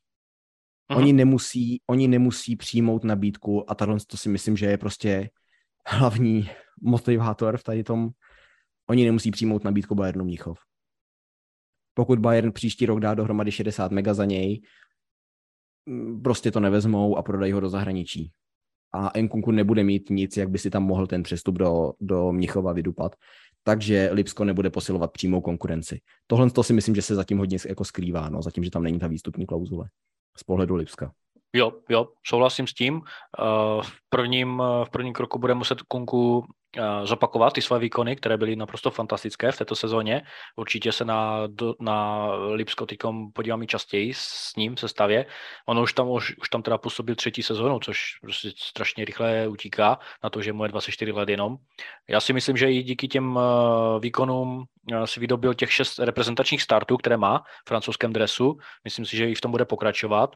Oni nemusí přijmout nabídku a tohle to si myslím, že je prostě hlavní motivátor v tady tom. Oni nemusí přijmout nabídku Bayernu Mnichov. Pokud Bayern příští rok dá dohromady 60 mega za něj, prostě to nevezmou a prodají ho do zahraničí. A Nkunku nebude mít nic, jak by si tam mohl ten přestup do Mnichova vydupat. Takže Lipsko nebude posilovat přímou konkurenci. Tohle to si myslím, že se zatím hodně jako skrývá, no, zatím, že tam není ta výstupní klauzule z pohledu Lipska. Jo, souhlasím s tím. V prvním kroku bude muset Kunku zopakovat ty své výkony, které byly naprosto fantastické v této sezóně. Určitě se na Lipsko teďkom podívám i častěji s ním v sestavě. Ono už tam teda působil 3. sezónu, což prostě strašně rychle utíká na to, že mu je 24 let jenom. Já si myslím, že i díky těm výkonům si vydobil těch 6 reprezentačních startů, které má v francouzském dresu. Myslím si, že i v tom bude pokračovat.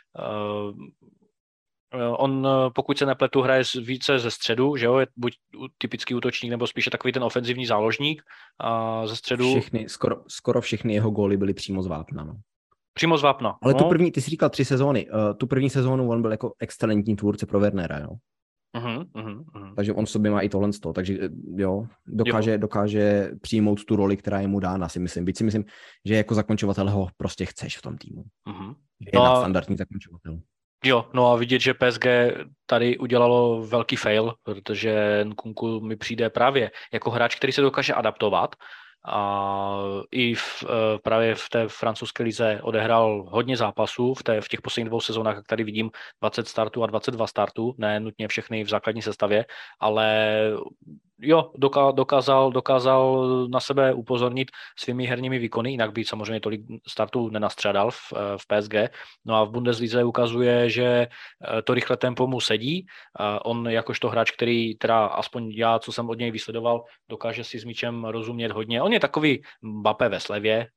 On, pokud se nepletu, hraje více ze středu, že jo, je buď typický útočník, nebo spíše takový ten ofenzivní záložník ze středu. Skoro všechny jeho góly byly přímo z vápna, no. Přímo z vápna. Ale ty jsi říkal 3 sezóny. Tu první sezónu on byl jako excelentní tvůrce pro Wernera, jo. Takže on v sobě má i tohle z toho, takže jo, dokáže přijmout tu roli, která je mu dána, si myslím. Byť si myslím, že jako zakončovatel ho prostě chceš v tom týmu. Je nadstandardní zakončovatel. Jo, no a vidět, že PSG tady udělalo velký fail, protože Nkunku mi přijde právě jako hráč, který se dokáže adaptovat, a i právě v té francouzské lize odehrál hodně zápasů v těch posledních 2 sezónách, jak tady vidím 20 startů a 22 startů, ne nutně všechny v základní sestavě, ale jo, dokázal na sebe upozornit svými herními výkony, jinak by samozřejmě tolik startů nenastřádal v PSG. No a v Bundeslize ukazuje, že to rychlé tempo mu sedí. On jakožto hráč, který teda aspoň já, co jsem od něj vysledoval, dokáže si s míčem rozumět hodně. On je takový Mbappé ve slevě,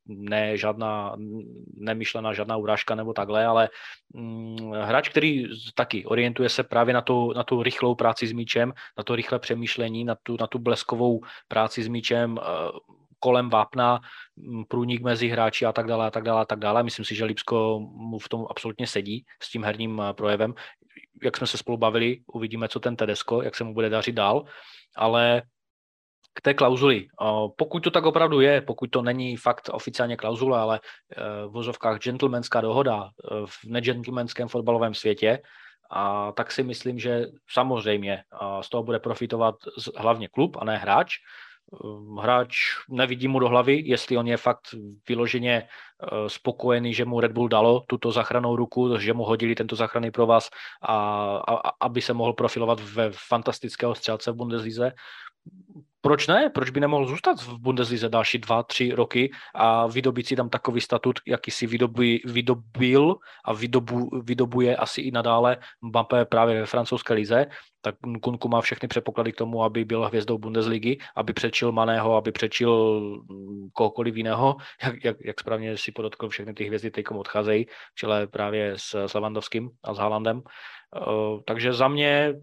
nemyšlená žádná urážka nebo takhle, ale hráč, který taky orientuje se právě na tu rychlou práci s míčem, na to rychlé přemýšlení, na tu bleskovou práci s míčem kolem vápna, průnik mezi hráči a tak dále. Myslím si, že Lipsko mu v tom absolutně sedí s tím herním projevem. Jak jsme se spolu bavili, uvidíme, co ten Tedesco, jak se mu bude dařit dál, ale k té klauzuli. Pokud to tak opravdu je, pokud to není fakt oficiálně klauzule, ale v vozovkách gentlemanská dohoda v negentlemanském fotbalovém světě, tak si myslím, že samozřejmě z toho bude profitovat hlavně klub a ne hráč. Hráč nevidí mu do hlavy, jestli on je fakt vyloženě spokojený, že mu Red Bull dalo tuto záchrannou ruku, že mu hodili tento záchranný provaz a aby se mohl profilovat ve fantastického střelce v Bundeslize. Proč ne? Proč by nemohl zůstat v Bundeslize další 2-3 roky a vydobít si tam takový statut, jaký si vydobil a vydobuje asi i nadále Mbappé právě ve francouzské lize, tak Nkunku má všechny předpoklady k tomu, aby byl hvězdou Bundesligy, aby přečil Maného, aby přečil kohokoliv jiného, jak správně si podotkl, všechny ty hvězdy teďkom odcházejí, v čele právě s Lewandowským a s Haalandem. Takže za mě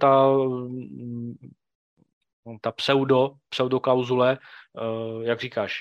ta pseudoklauzule, jak říkáš,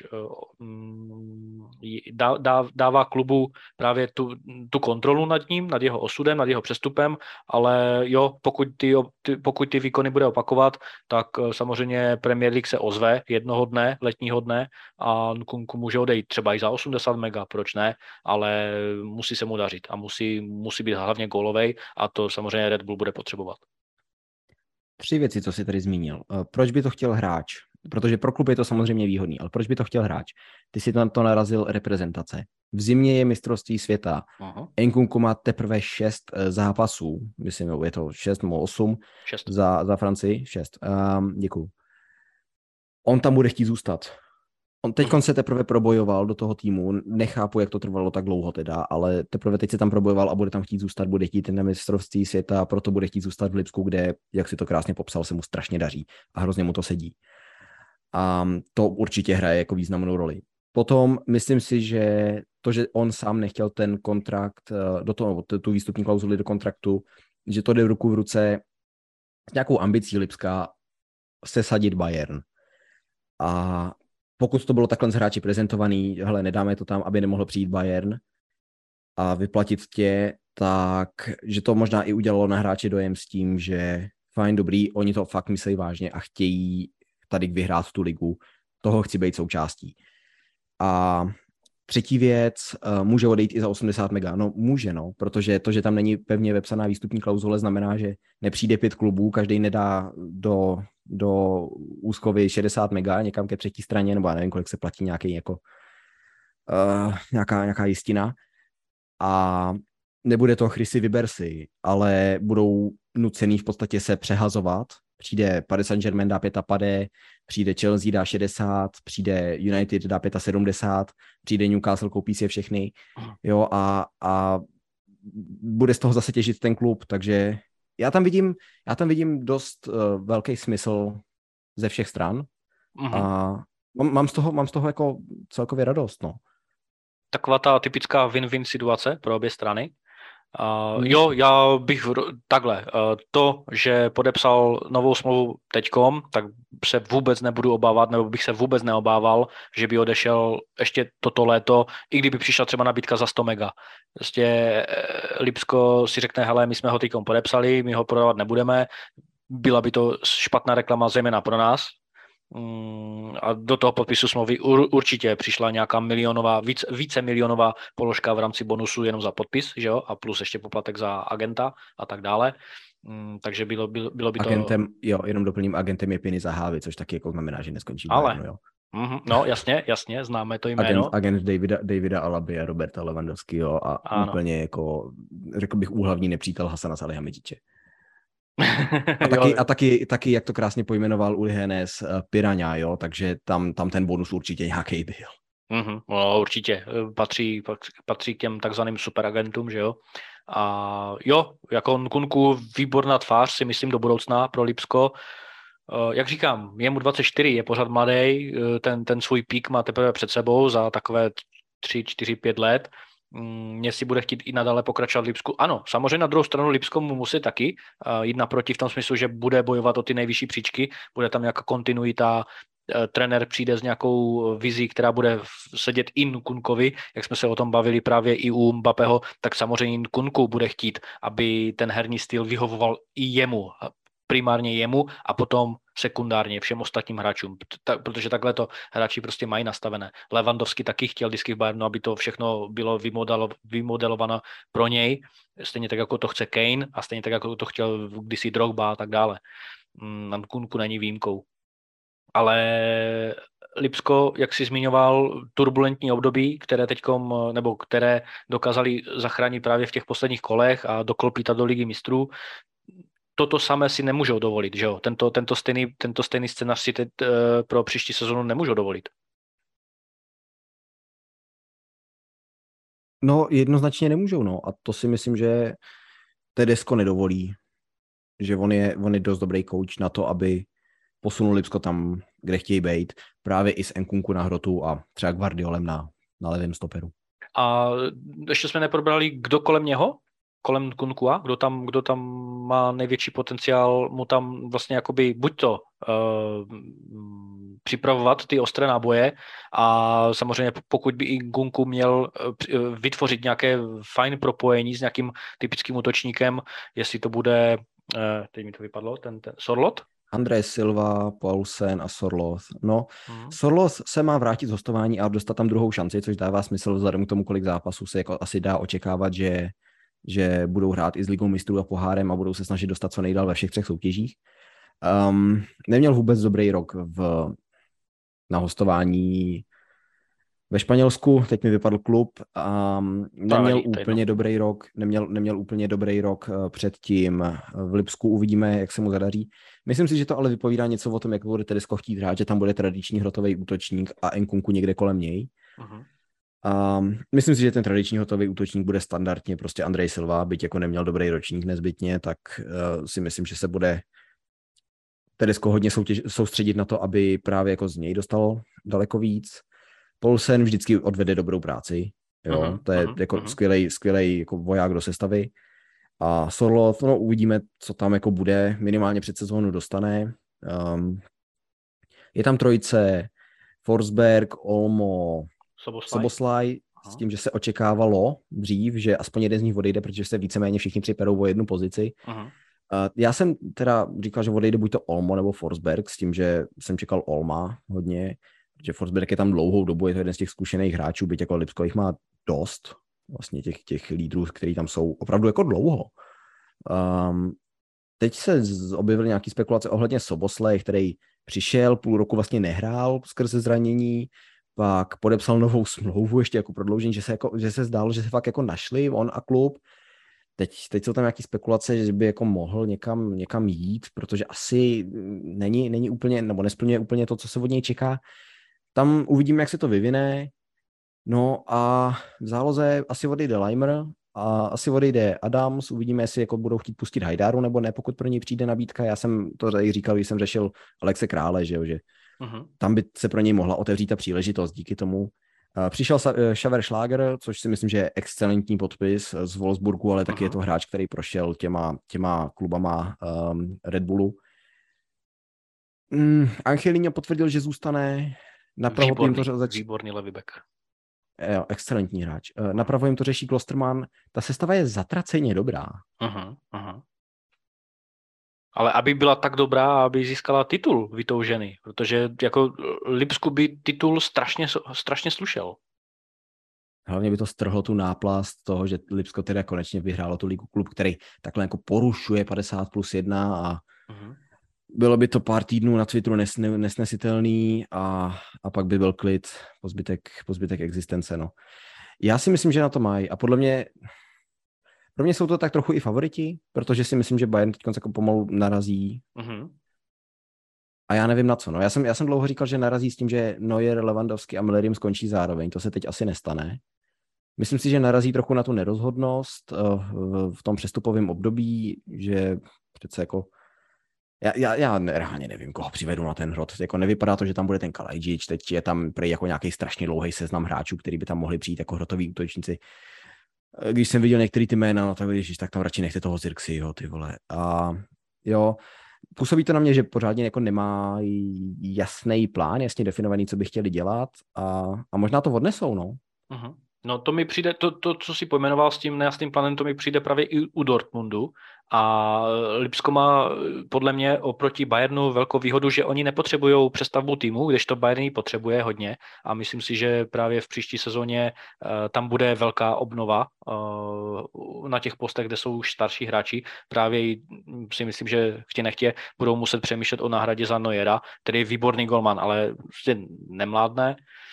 dává klubu právě tu kontrolu nad ním, nad jeho osudem, nad jeho přestupem, ale jo, pokud ty výkony bude opakovat, tak samozřejmě Premier League se ozve letního dne a Nkunku může odejít třeba i za 80 mega, proč ne, ale musí se mu dařit a musí být hlavně gólovej a to samozřejmě Red Bull bude potřebovat. 3 věci, co jsi tady zmínil. Proč by to chtěl hráč? Protože pro klub je to samozřejmě výhodný, ale proč by to chtěl hráč? Ty si tam to narazil reprezentace. V zimě je mistrovství světa. Nkunku má teprve 6 zápasů. Myslím, je to 6 nebo 8 za Francii. 6. Děkuju. On tam bude chtít zůstat. On teď se teprve probojoval do toho týmu, nechápu, jak to trvalo tak dlouho teda, ale teprve teď se tam probojoval a bude tam chtít zůstat, bude chtít na mistrovství světa, proto bude chtít zůstat v Lipsku, kde, jak si to krásně popsal, se mu strašně daří a hrozně mu to sedí. A to určitě hraje jako významnou roli. Potom myslím si, že to, že on sám nechtěl ten kontrakt, tu výstupní klauzuli do kontraktu, že to jde ruku v ruce s nějakou ambicí Lipska sesadit Bayern. A pokud to bylo takhle z hráči prezentovaný, hele, nedáme to tam, aby nemohl přijít Bayern a vyplatit tě, tak že to možná i udělalo na hráči dojem s tím, že fajn, dobrý, oni to fakt myslí vážně a chtějí tady vyhrát tu ligu, toho chci být součástí. A třetí věc, může odejít i za 80 mega. No může, protože to, že tam není pevně vepsaná výstupní klauzule, znamená, že nepřijde 5 klubů, každý nedá do úschovy 60 mega někam ke třetí straně, nebo já nevím, kolik se platí nějaká jistina. A nebude to Chrissy vyber si, ale budou nucený v podstatě se přehazovat. Přijde Paris Saint-Germain dá 55, přijde Chelsea dá 60, přijde United dá 75, přijde Newcastle, koupí si je všechny, jo, a bude z toho zase těžit ten klub, takže já tam vidím dost velký smysl ze všech stran a mám z toho jako celkově radost, no. Taková ta typická win-win situace pro obě strany. Jo, já bych takhle, to, že podepsal novou smlouvu teďkom, tak se vůbec nebudu obávat, nebo bych se vůbec neobával, že by odešel ještě toto léto, i kdyby přišla třeba nabídka za 100 mega. Prostě Lipsko si řekne, hele, my jsme ho teďkom podepsali, my ho prodávat nebudeme, byla by to špatná reklama zejména pro nás, a do toho podpisu smlouvy určitě přišla nějaká více milionová položka v rámci bonusu jenom za podpis, že jo? A plus ještě poplatek za agenta a tak dále. Takže bylo by to... Agentem, jo, jenom doplním, agentem je Pini Zahávy, což taky jako znamená, že neskončí. Ale, Bayernu, jo. No jasně, známe to jméno. Agent Davida Alaby a Roberta Lewandowského a úplně jako, řekl bych, úhlavní nepřítel Hasana Salihamidziče. A taky, jak to krásně pojmenoval Uli Hoeneß, Piranha, jo, takže tam ten bonus určitě nějaký byl. No, určitě. Patří k těm takzvaným superagentům, že jo. A jo, jako Nkunku výborná tvář, si myslím, do budoucna pro Lipsko. Jak říkám, je mu 24, je pořád mladý, ten svůj pík má teprve před sebou za takové 3, 4, 5 let. Jestli bude chtít i nadále pokračovat v Lipsku. Ano, samozřejmě na druhou stranu Lipsko mu musí taky jít naproti v tom smyslu, že bude bojovat o ty nejvyšší příčky, bude tam nějaká kontinuita, trenér přijde s nějakou vizí, která bude sedět i Nkunkovi, jak jsme se o tom bavili právě i u Mbappého, tak samozřejmě Nkunku bude chtít, aby ten herní styl vyhovoval i jemu, primárně jemu a potom sekundárně všem ostatním hráčům, protože takhle to hráči prostě mají nastavené. Lewandowski taky chtěl vždycky v Bayernu, aby to všechno bylo vymodelováno pro něj, stejně tak, jako to chce Kane a stejně tak, jako to chtěl kdysi Drogba a tak dále. Nkunku není výjimkou. Ale Lipsko, jak jsi zmiňoval, turbulentní období, které dokázali zachránit právě v těch posledních kolech a doklopit do Ligy mistrů, toto samé si nemůžou dovolit, že jo? Tento stejný scénář si teď pro příští sezonu nemůžou dovolit. No, jednoznačně nemůžou, no. A to si myslím, že Tedesco nedovolí. Že on je dost dobrý kouč na to, aby posunul Lipsko tam, kde chtějí být. Právě i s Nkunku na hrotu a třeba Guardiolem na levém stoperu. A ještě jsme neprobrali, kdo kolem něho? Kolem Nkunkua, kdo tam má největší potenciál mu tam vlastně jakoby buď to připravovat ty ostré náboje a samozřejmě pokud by i Nkunku měl vytvořit nějaké fajn propojení s nějakým typickým útočníkem, jestli to bude, teď mi to vypadlo, ten Sorloth? André Silva, Paulsen a Sorloth. No, Sorloth se má vrátit z hostování a dostat tam druhou šanci, což dává smysl vzhledem k tomu, kolik zápasů se jako asi dá očekávat, že budou hrát i s Ligou mistrů a pohárem a budou se snažit dostat co nejdál ve všech 3 soutěžích. Neměl vůbec dobrý rok na hostování ve Španělsku, teď mi vypadl klub. Neměl úplně dobrý rok předtím. V Lipsku uvidíme, jak se mu zadaří. Myslím si, že to ale vypovídá něco o tom, jak bude Tedesco chtít hrát, že tam bude tradiční hrotový útočník a Nkunku někde kolem něj. Myslím si, že ten tradiční hotový útočník bude standardně prostě Andrej Silva, byť jako neměl dobrý ročník nezbytně, tak si myslím, že se bude Tedesco hodně soustředit na to, aby právě jako z něj dostal daleko víc. Paulsen vždycky odvede dobrou práci, Jo, to je jako skvělej jako voják do sestavy. A Sorloth, no uvidíme, co tam jako bude, minimálně před sezónu dostane. Je tam trojice Forsberg, Olmo, Soboslaj, s tím, že se očekávalo dřív, že aspoň jeden z nich odejde, protože se víceméně všichni připerou o jednu pozici. Já jsem teda říkal, že odejde buď to Olmo nebo Forsberg, s tím, že jsem čekal Olma hodně, protože Forsberg je tam dlouhou dobu, je to jeden z těch zkušených hráčů, byť jako Lipsko jich má dost, vlastně těch lídrů, kteří tam jsou opravdu jako dlouho. Teď se objevily nějaké spekulace ohledně Soboslej, který přišel, půl roku vlastně nehrál skrze zranění, pak podepsal novou smlouvu ještě jako prodloužení, že se zdálo, že se fakt jako našli on a klub. Teď jsou tam nějaké spekulace, že by jako mohl někam jít, protože asi není úplně, nebo nesplňuje úplně to, co se od něj čeká. Tam uvidíme, jak se to vyvine. No a v záloze asi odejde Leimer a asi odejde Adams. Uvidíme, jestli jako budou chtít pustit Hajdáru nebo ne, pokud pro něj přijde nabídka. Já jsem to tady říkal, když jsem řešil Alexe Krále, že tam by se pro něj mohla otevřít ta příležitost díky tomu. Přišel Xaver Schlager, což si myslím, že je excelentní podpis z Wolfsburgu, ale taky je to hráč, který prošel těma klubama Red Bullu. Angelino potvrdil, že zůstane. Napravo jim to výborný levý back. Jo, excelentní hráč. Napravo jim to řeší Klosterman. Ta sestava je zatraceně dobrá. Ale aby byla tak dobrá, aby získala titul vytoužený, protože jako Lipsku by titul strašně slušel. Hlavně by to strhlo tu náplast toho, že Lipsko teda konečně vyhrálo tu ligu, klub, který takhle jako porušuje 50+1 a bylo by to pár týdnů na Twitteru nesnesitelný a pak by byl klid po zbytek existence. No. Já si myslím, že na to mají a pro mě jsou to tak trochu i favoriti, protože si myslím, že Bayern teď jako pomalu narazí. A já nevím na co. No. Já jsem dlouho říkal, že narazí s tím, že Neuer, Lewandowski a Millerim skončí zároveň. To se teď asi nestane. Myslím si, že narazí trochu na tu nerozhodnost v tom přestupovém období, že přece jako já reálně nevím, koho přivedu na ten hrot. Jako nevypadá to, že tam bude ten Kalajdzic, teď je tam prý jako nějaký strašně dlouhý seznam hráčů, který by tam mohli přijít jako hrotoví útočníci. Když jsem viděl některé ty jména, no tak ježiš, tak tam radši nechte toho Zirkseho, ty vole. A jo, působí to na mě, že pořádně jako nemá jasný plán, jasně definovaný, co by chtěli dělat a možná to odnesou, no. No to mi přijde, to, co si pojmenoval s tím nejasným plánem, to mi přijde právě i u Dortmundu a Lipsko má podle mě oproti Bayernu velkou výhodu, že oni nepotřebují přestavbu týmu, kdežto Bayern ji potřebuje hodně a myslím si, že právě v příští sezóně tam bude velká obnova na těch postech, kde jsou už starší hráči. Právě si myslím, že chtě nechtě budou muset přemýšlet o náhradě za Neuera, který je výborný golman, ale prostě nemládne.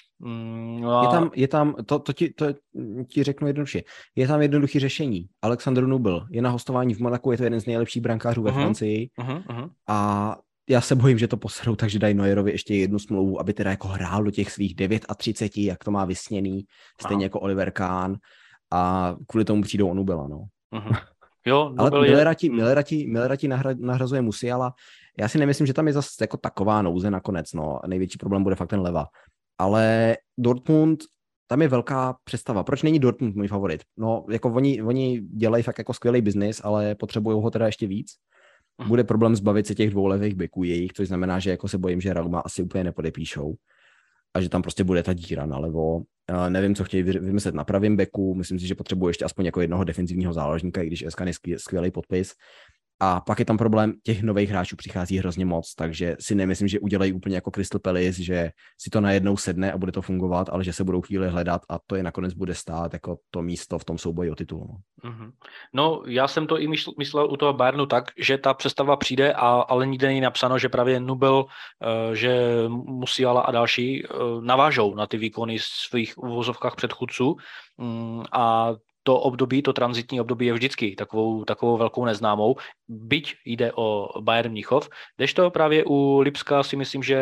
Je tam to ti řeknu jednoduše. Je tam jednoduché řešení. Alexander Nubel je na hostování v Monaku, je to jeden z nejlepších brankářů ve Francii. A já se bojím, že to poserou, takže dají Neuerovi ještě jednu smlouvu, aby teda jako hrál do těch svých 39, jak to má vysněný, stejně jako Oliver Kahn. A kvůli tomu přijdou o Nubela, no. Jo, ale Millerati nahrazuje Musiala. Já si nemyslím, že tam je zase jako taková nouze nakonec, no. Největší problém bude fakt ten leva. Ale Dortmund, tam je velká představa. Proč není Dortmund můj favorit? No, jako oni dělají fakt jako skvělý biznis, ale potřebují ho teda ještě víc. Bude problém zbavit se těch dvou levých beků jejich, což znamená, že jako se bojím, že Rauma asi úplně nepodepíšou a že tam prostě bude ta díra nalevo. Nevím, co chtějí vymyslet na pravém beku. Myslím si, že potřebují ještě aspoň jako jednoho defenzivního záložníka, i když Eskan je skvělý podpis. A pak je tam problém, těch nových hráčů přichází hrozně moc, takže si nemyslím, že udělají úplně jako Crystal Palace, že si to najednou sedne a bude to fungovat, ale že se budou chvíli hledat a to je nakonec bude stát jako to místo v tom souboji o titul. No, já jsem to i myslel u toho Bayernu tak, že ta přestava přijde, ale nikde není napsáno, že právě Nubel, že Musiala a další navážou na ty výkony svých uvozovkách předchůdců a to tranzitní období je vždycky takovou velkou neznámou, byť jde o Bayern Mnichov, kdežto právě u Lipska si myslím, že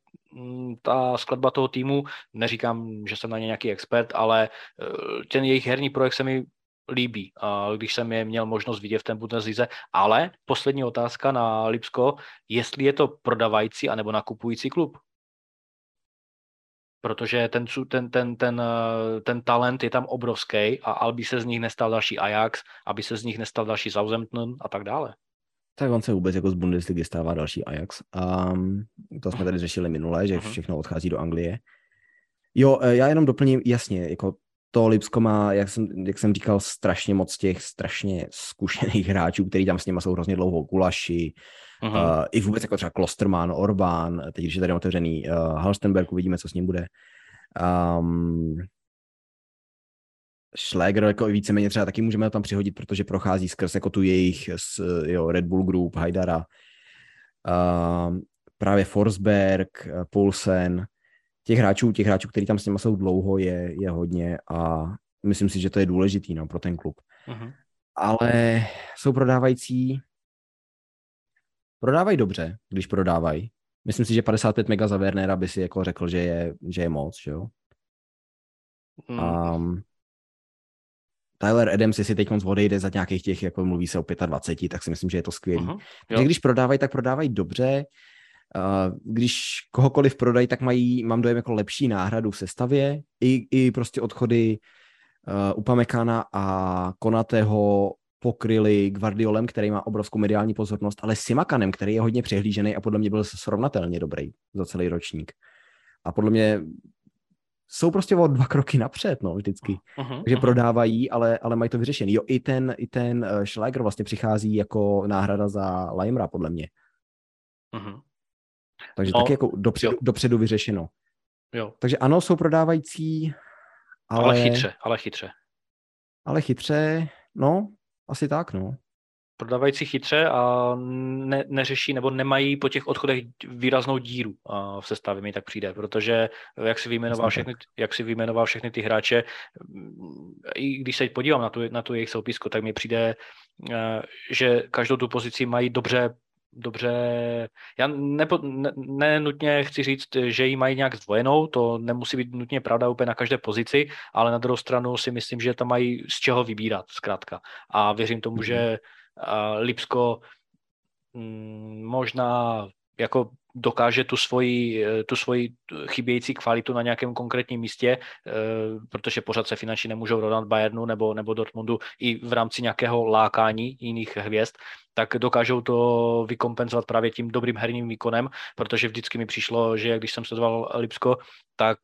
ta skladba toho týmu, neříkám, že jsem na ně nějaký expert, ale ten jejich herní projekt se mi líbí, když jsem je měl možnost vidět v té Bundeslize, ale poslední otázka na Lipsko, jestli je to prodavající anebo nakupující klub? protože ten talent je tam obrovský a aby se z nich nestal další Ajax, aby se z nich nestal další Southampton a tak dále. Tak on se vůbec jako z Bundesligy stává další Ajax. A to jsme tady řešili minule, že všechno odchází do Anglie. Jo, já jenom doplním, jasně, jako to Lipsko má, jak jsem říkal, strašně moc těch strašně zkušených hráčů, kteří tam s nimi jsou hrozně dlouho, Gulaši, i vůbec jako třeba Klostermann, Orbán, teď když je tady otevřený Halstenberg, uvidíme, co s ním bude. Schläger jako víceméně třeba taky můžeme tam přihodit, protože prochází skrz jako tu jejich Red Bull Group, Hajdara, právě Forsberg, Poulsen, těch hráčů, kteří tam s nimi jsou dlouho, je hodně a myslím si, že to je důležitý pro ten klub. Ale jsou prodávají dobře, když prodávají. Myslím si, že 55 mega za Wernera by si jako řekl, že je moc, že jo? Tyler Adams, jestli teď moc odejde za nějakých těch, jako mluví se o 25, tak si myslím, že je to skvělý. Takže když prodávají, tak prodávají dobře. Když kohokoliv prodají, tak mám dojem jako lepší náhradu v sestavě. I prostě odchody Upamecana a Konatého pokryli Guardiolem, který má obrovskou mediální pozornost, ale Simakanem, který je hodně přehlížený a podle mě byl srovnatelně dobrý za celý ročník. A podle mě jsou prostě o 2 kroky napřed, vždycky. Takže prodávají, ale mají to vyřešený. Jo, i ten Schläger vlastně přichází jako náhrada za Limera, podle mě. Takže taky jako dopředu vyřešeno. Jo. Takže ano, jsou prodávající, ale chytře. Ale chytře, asi tak, Prodávající chytře a neřeší nebo nemají po těch odchodech výraznou díru v sestavě, mi tak přijde, protože jak si vyjmenoval všechny ty hráče, i když se podívám na tu jejich soupisku, tak mi přijde, že každou tu pozici mají dobře, já nenutně chci říct, že ji mají nějak zdvojenou, to nemusí být nutně pravda úplně na každé pozici, ale na druhou stranu si myslím, že tam mají z čeho vybírat zkrátka. A věřím tomu, že Lipsko možná jako dokáže tu svoji chybějící kvalitu na nějakém konkrétním místě, protože pořád se finančně nemůžou rovnat Bayernu nebo Dortmundu i v rámci nějakého lákání jiných hvězd, tak dokážou to vykompenzovat právě tím dobrým herním výkonem, protože vždycky mi přišlo, že když jsem sledoval Lipsko, tak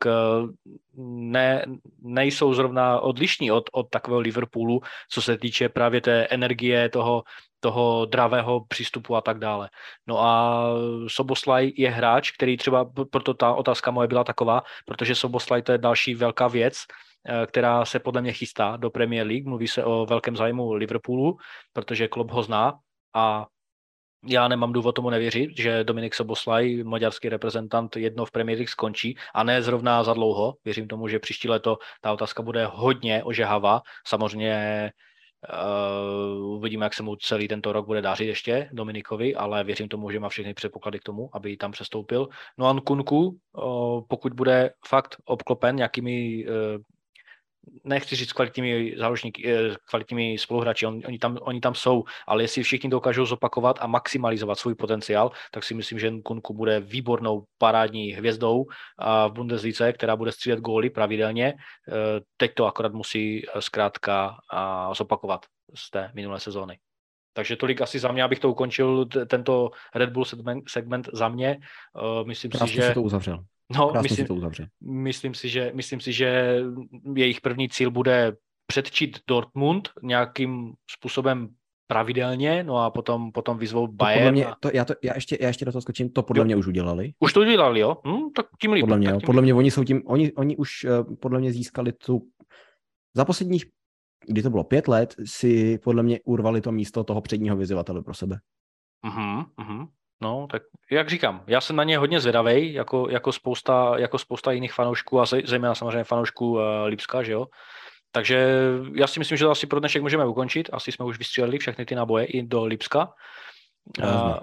nejsou zrovna odlišní od takového Liverpoolu, co se týče právě té energie, toho dravého přístupu a tak dále. No a Szoboszlai je hráč, který třeba, proto ta otázka moje byla taková, protože Szoboszlai to je další velká věc, která se podle mě chystá do Premier League. Mluví se o velkém zájmu Liverpoolu, protože Klopp ho zná a já nemám důvod tomu nevěřit, že Dominik Szoboszlai, maďarský reprezentant, jednou v Premier League skončí a ne zrovna za dlouho. Věřím tomu, že příští leto ta otázka bude hodně ožehavá. Samozřejmě uvidíme, jak se mu celý tento rok bude dařit ještě Dominikovi, ale věřím tomu, že má všechny předpoklady k tomu, aby tam přestoupil. No a Nkunku, pokud bude fakt obklopen nějakými nechci říct kvalitními záložníky, kvalitními spoluhráči, oni tam jsou, ale jestli všichni dokážou zopakovat a maximalizovat svůj potenciál, tak si myslím, že Nkunku bude výbornou parádní hvězdou v Bundeslize, která bude střílet góly pravidelně. Teď to akorát musí zkrátka zopakovat z té minulé sezóny. Takže tolik asi za mě, abych to ukončil, tento Red Bull segment za mě. Myslím si, že to uzavřel. Myslím si, že jejich první cíl bude předčít Dortmund nějakým způsobem pravidelně, no a potom vyzvou Bayern. Já ještě do toho skočím, to podle mě už udělali. Už to udělali, jo? Tak tím líp. Podle mě oni jsou tím, oni už podle mě získali tu, za posledních, kdy to bylo 5 let, si podle mě urvali to místo toho předního vyzývatele pro sebe. No, tak jak říkám, já jsem na ně hodně zvědavej, jako spousta jiných fanoušků a zejména samozřejmě fanoušků Lipska, že jo. Takže já si myslím, že to asi pro dnešek můžeme ukončit. Asi jsme už vystřelili všechny ty náboje i do Lipska.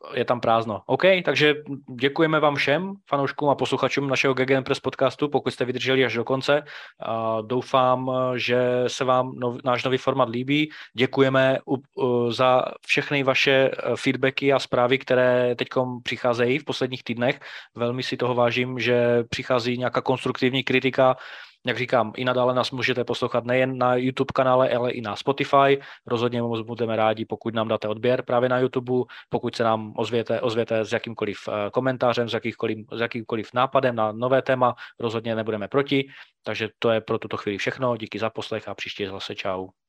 je tam prázdno. OK, takže děkujeme vám všem fanouškům a posluchačům našeho GGN Press podcastu, pokud jste vydrželi až do konce. Doufám, že se vám náš nový format líbí. Děkujeme za všechny vaše feedbacky a zprávy, které teď přicházejí v posledních týdnech. Velmi si toho vážím, že přichází nějaká konstruktivní kritika. Jak říkám, i nadále nás můžete poslouchat nejen na YouTube kanále, ale i na Spotify. Rozhodně moc budeme rádi, pokud nám dáte odběr právě na YouTube, pokud se nám ozvěte s jakýmkoliv komentářem, s jakýmkoliv nápadem na nové téma, rozhodně nebudeme proti. Takže to je pro tuto chvíli všechno. Díky za poslech a příště zase čau.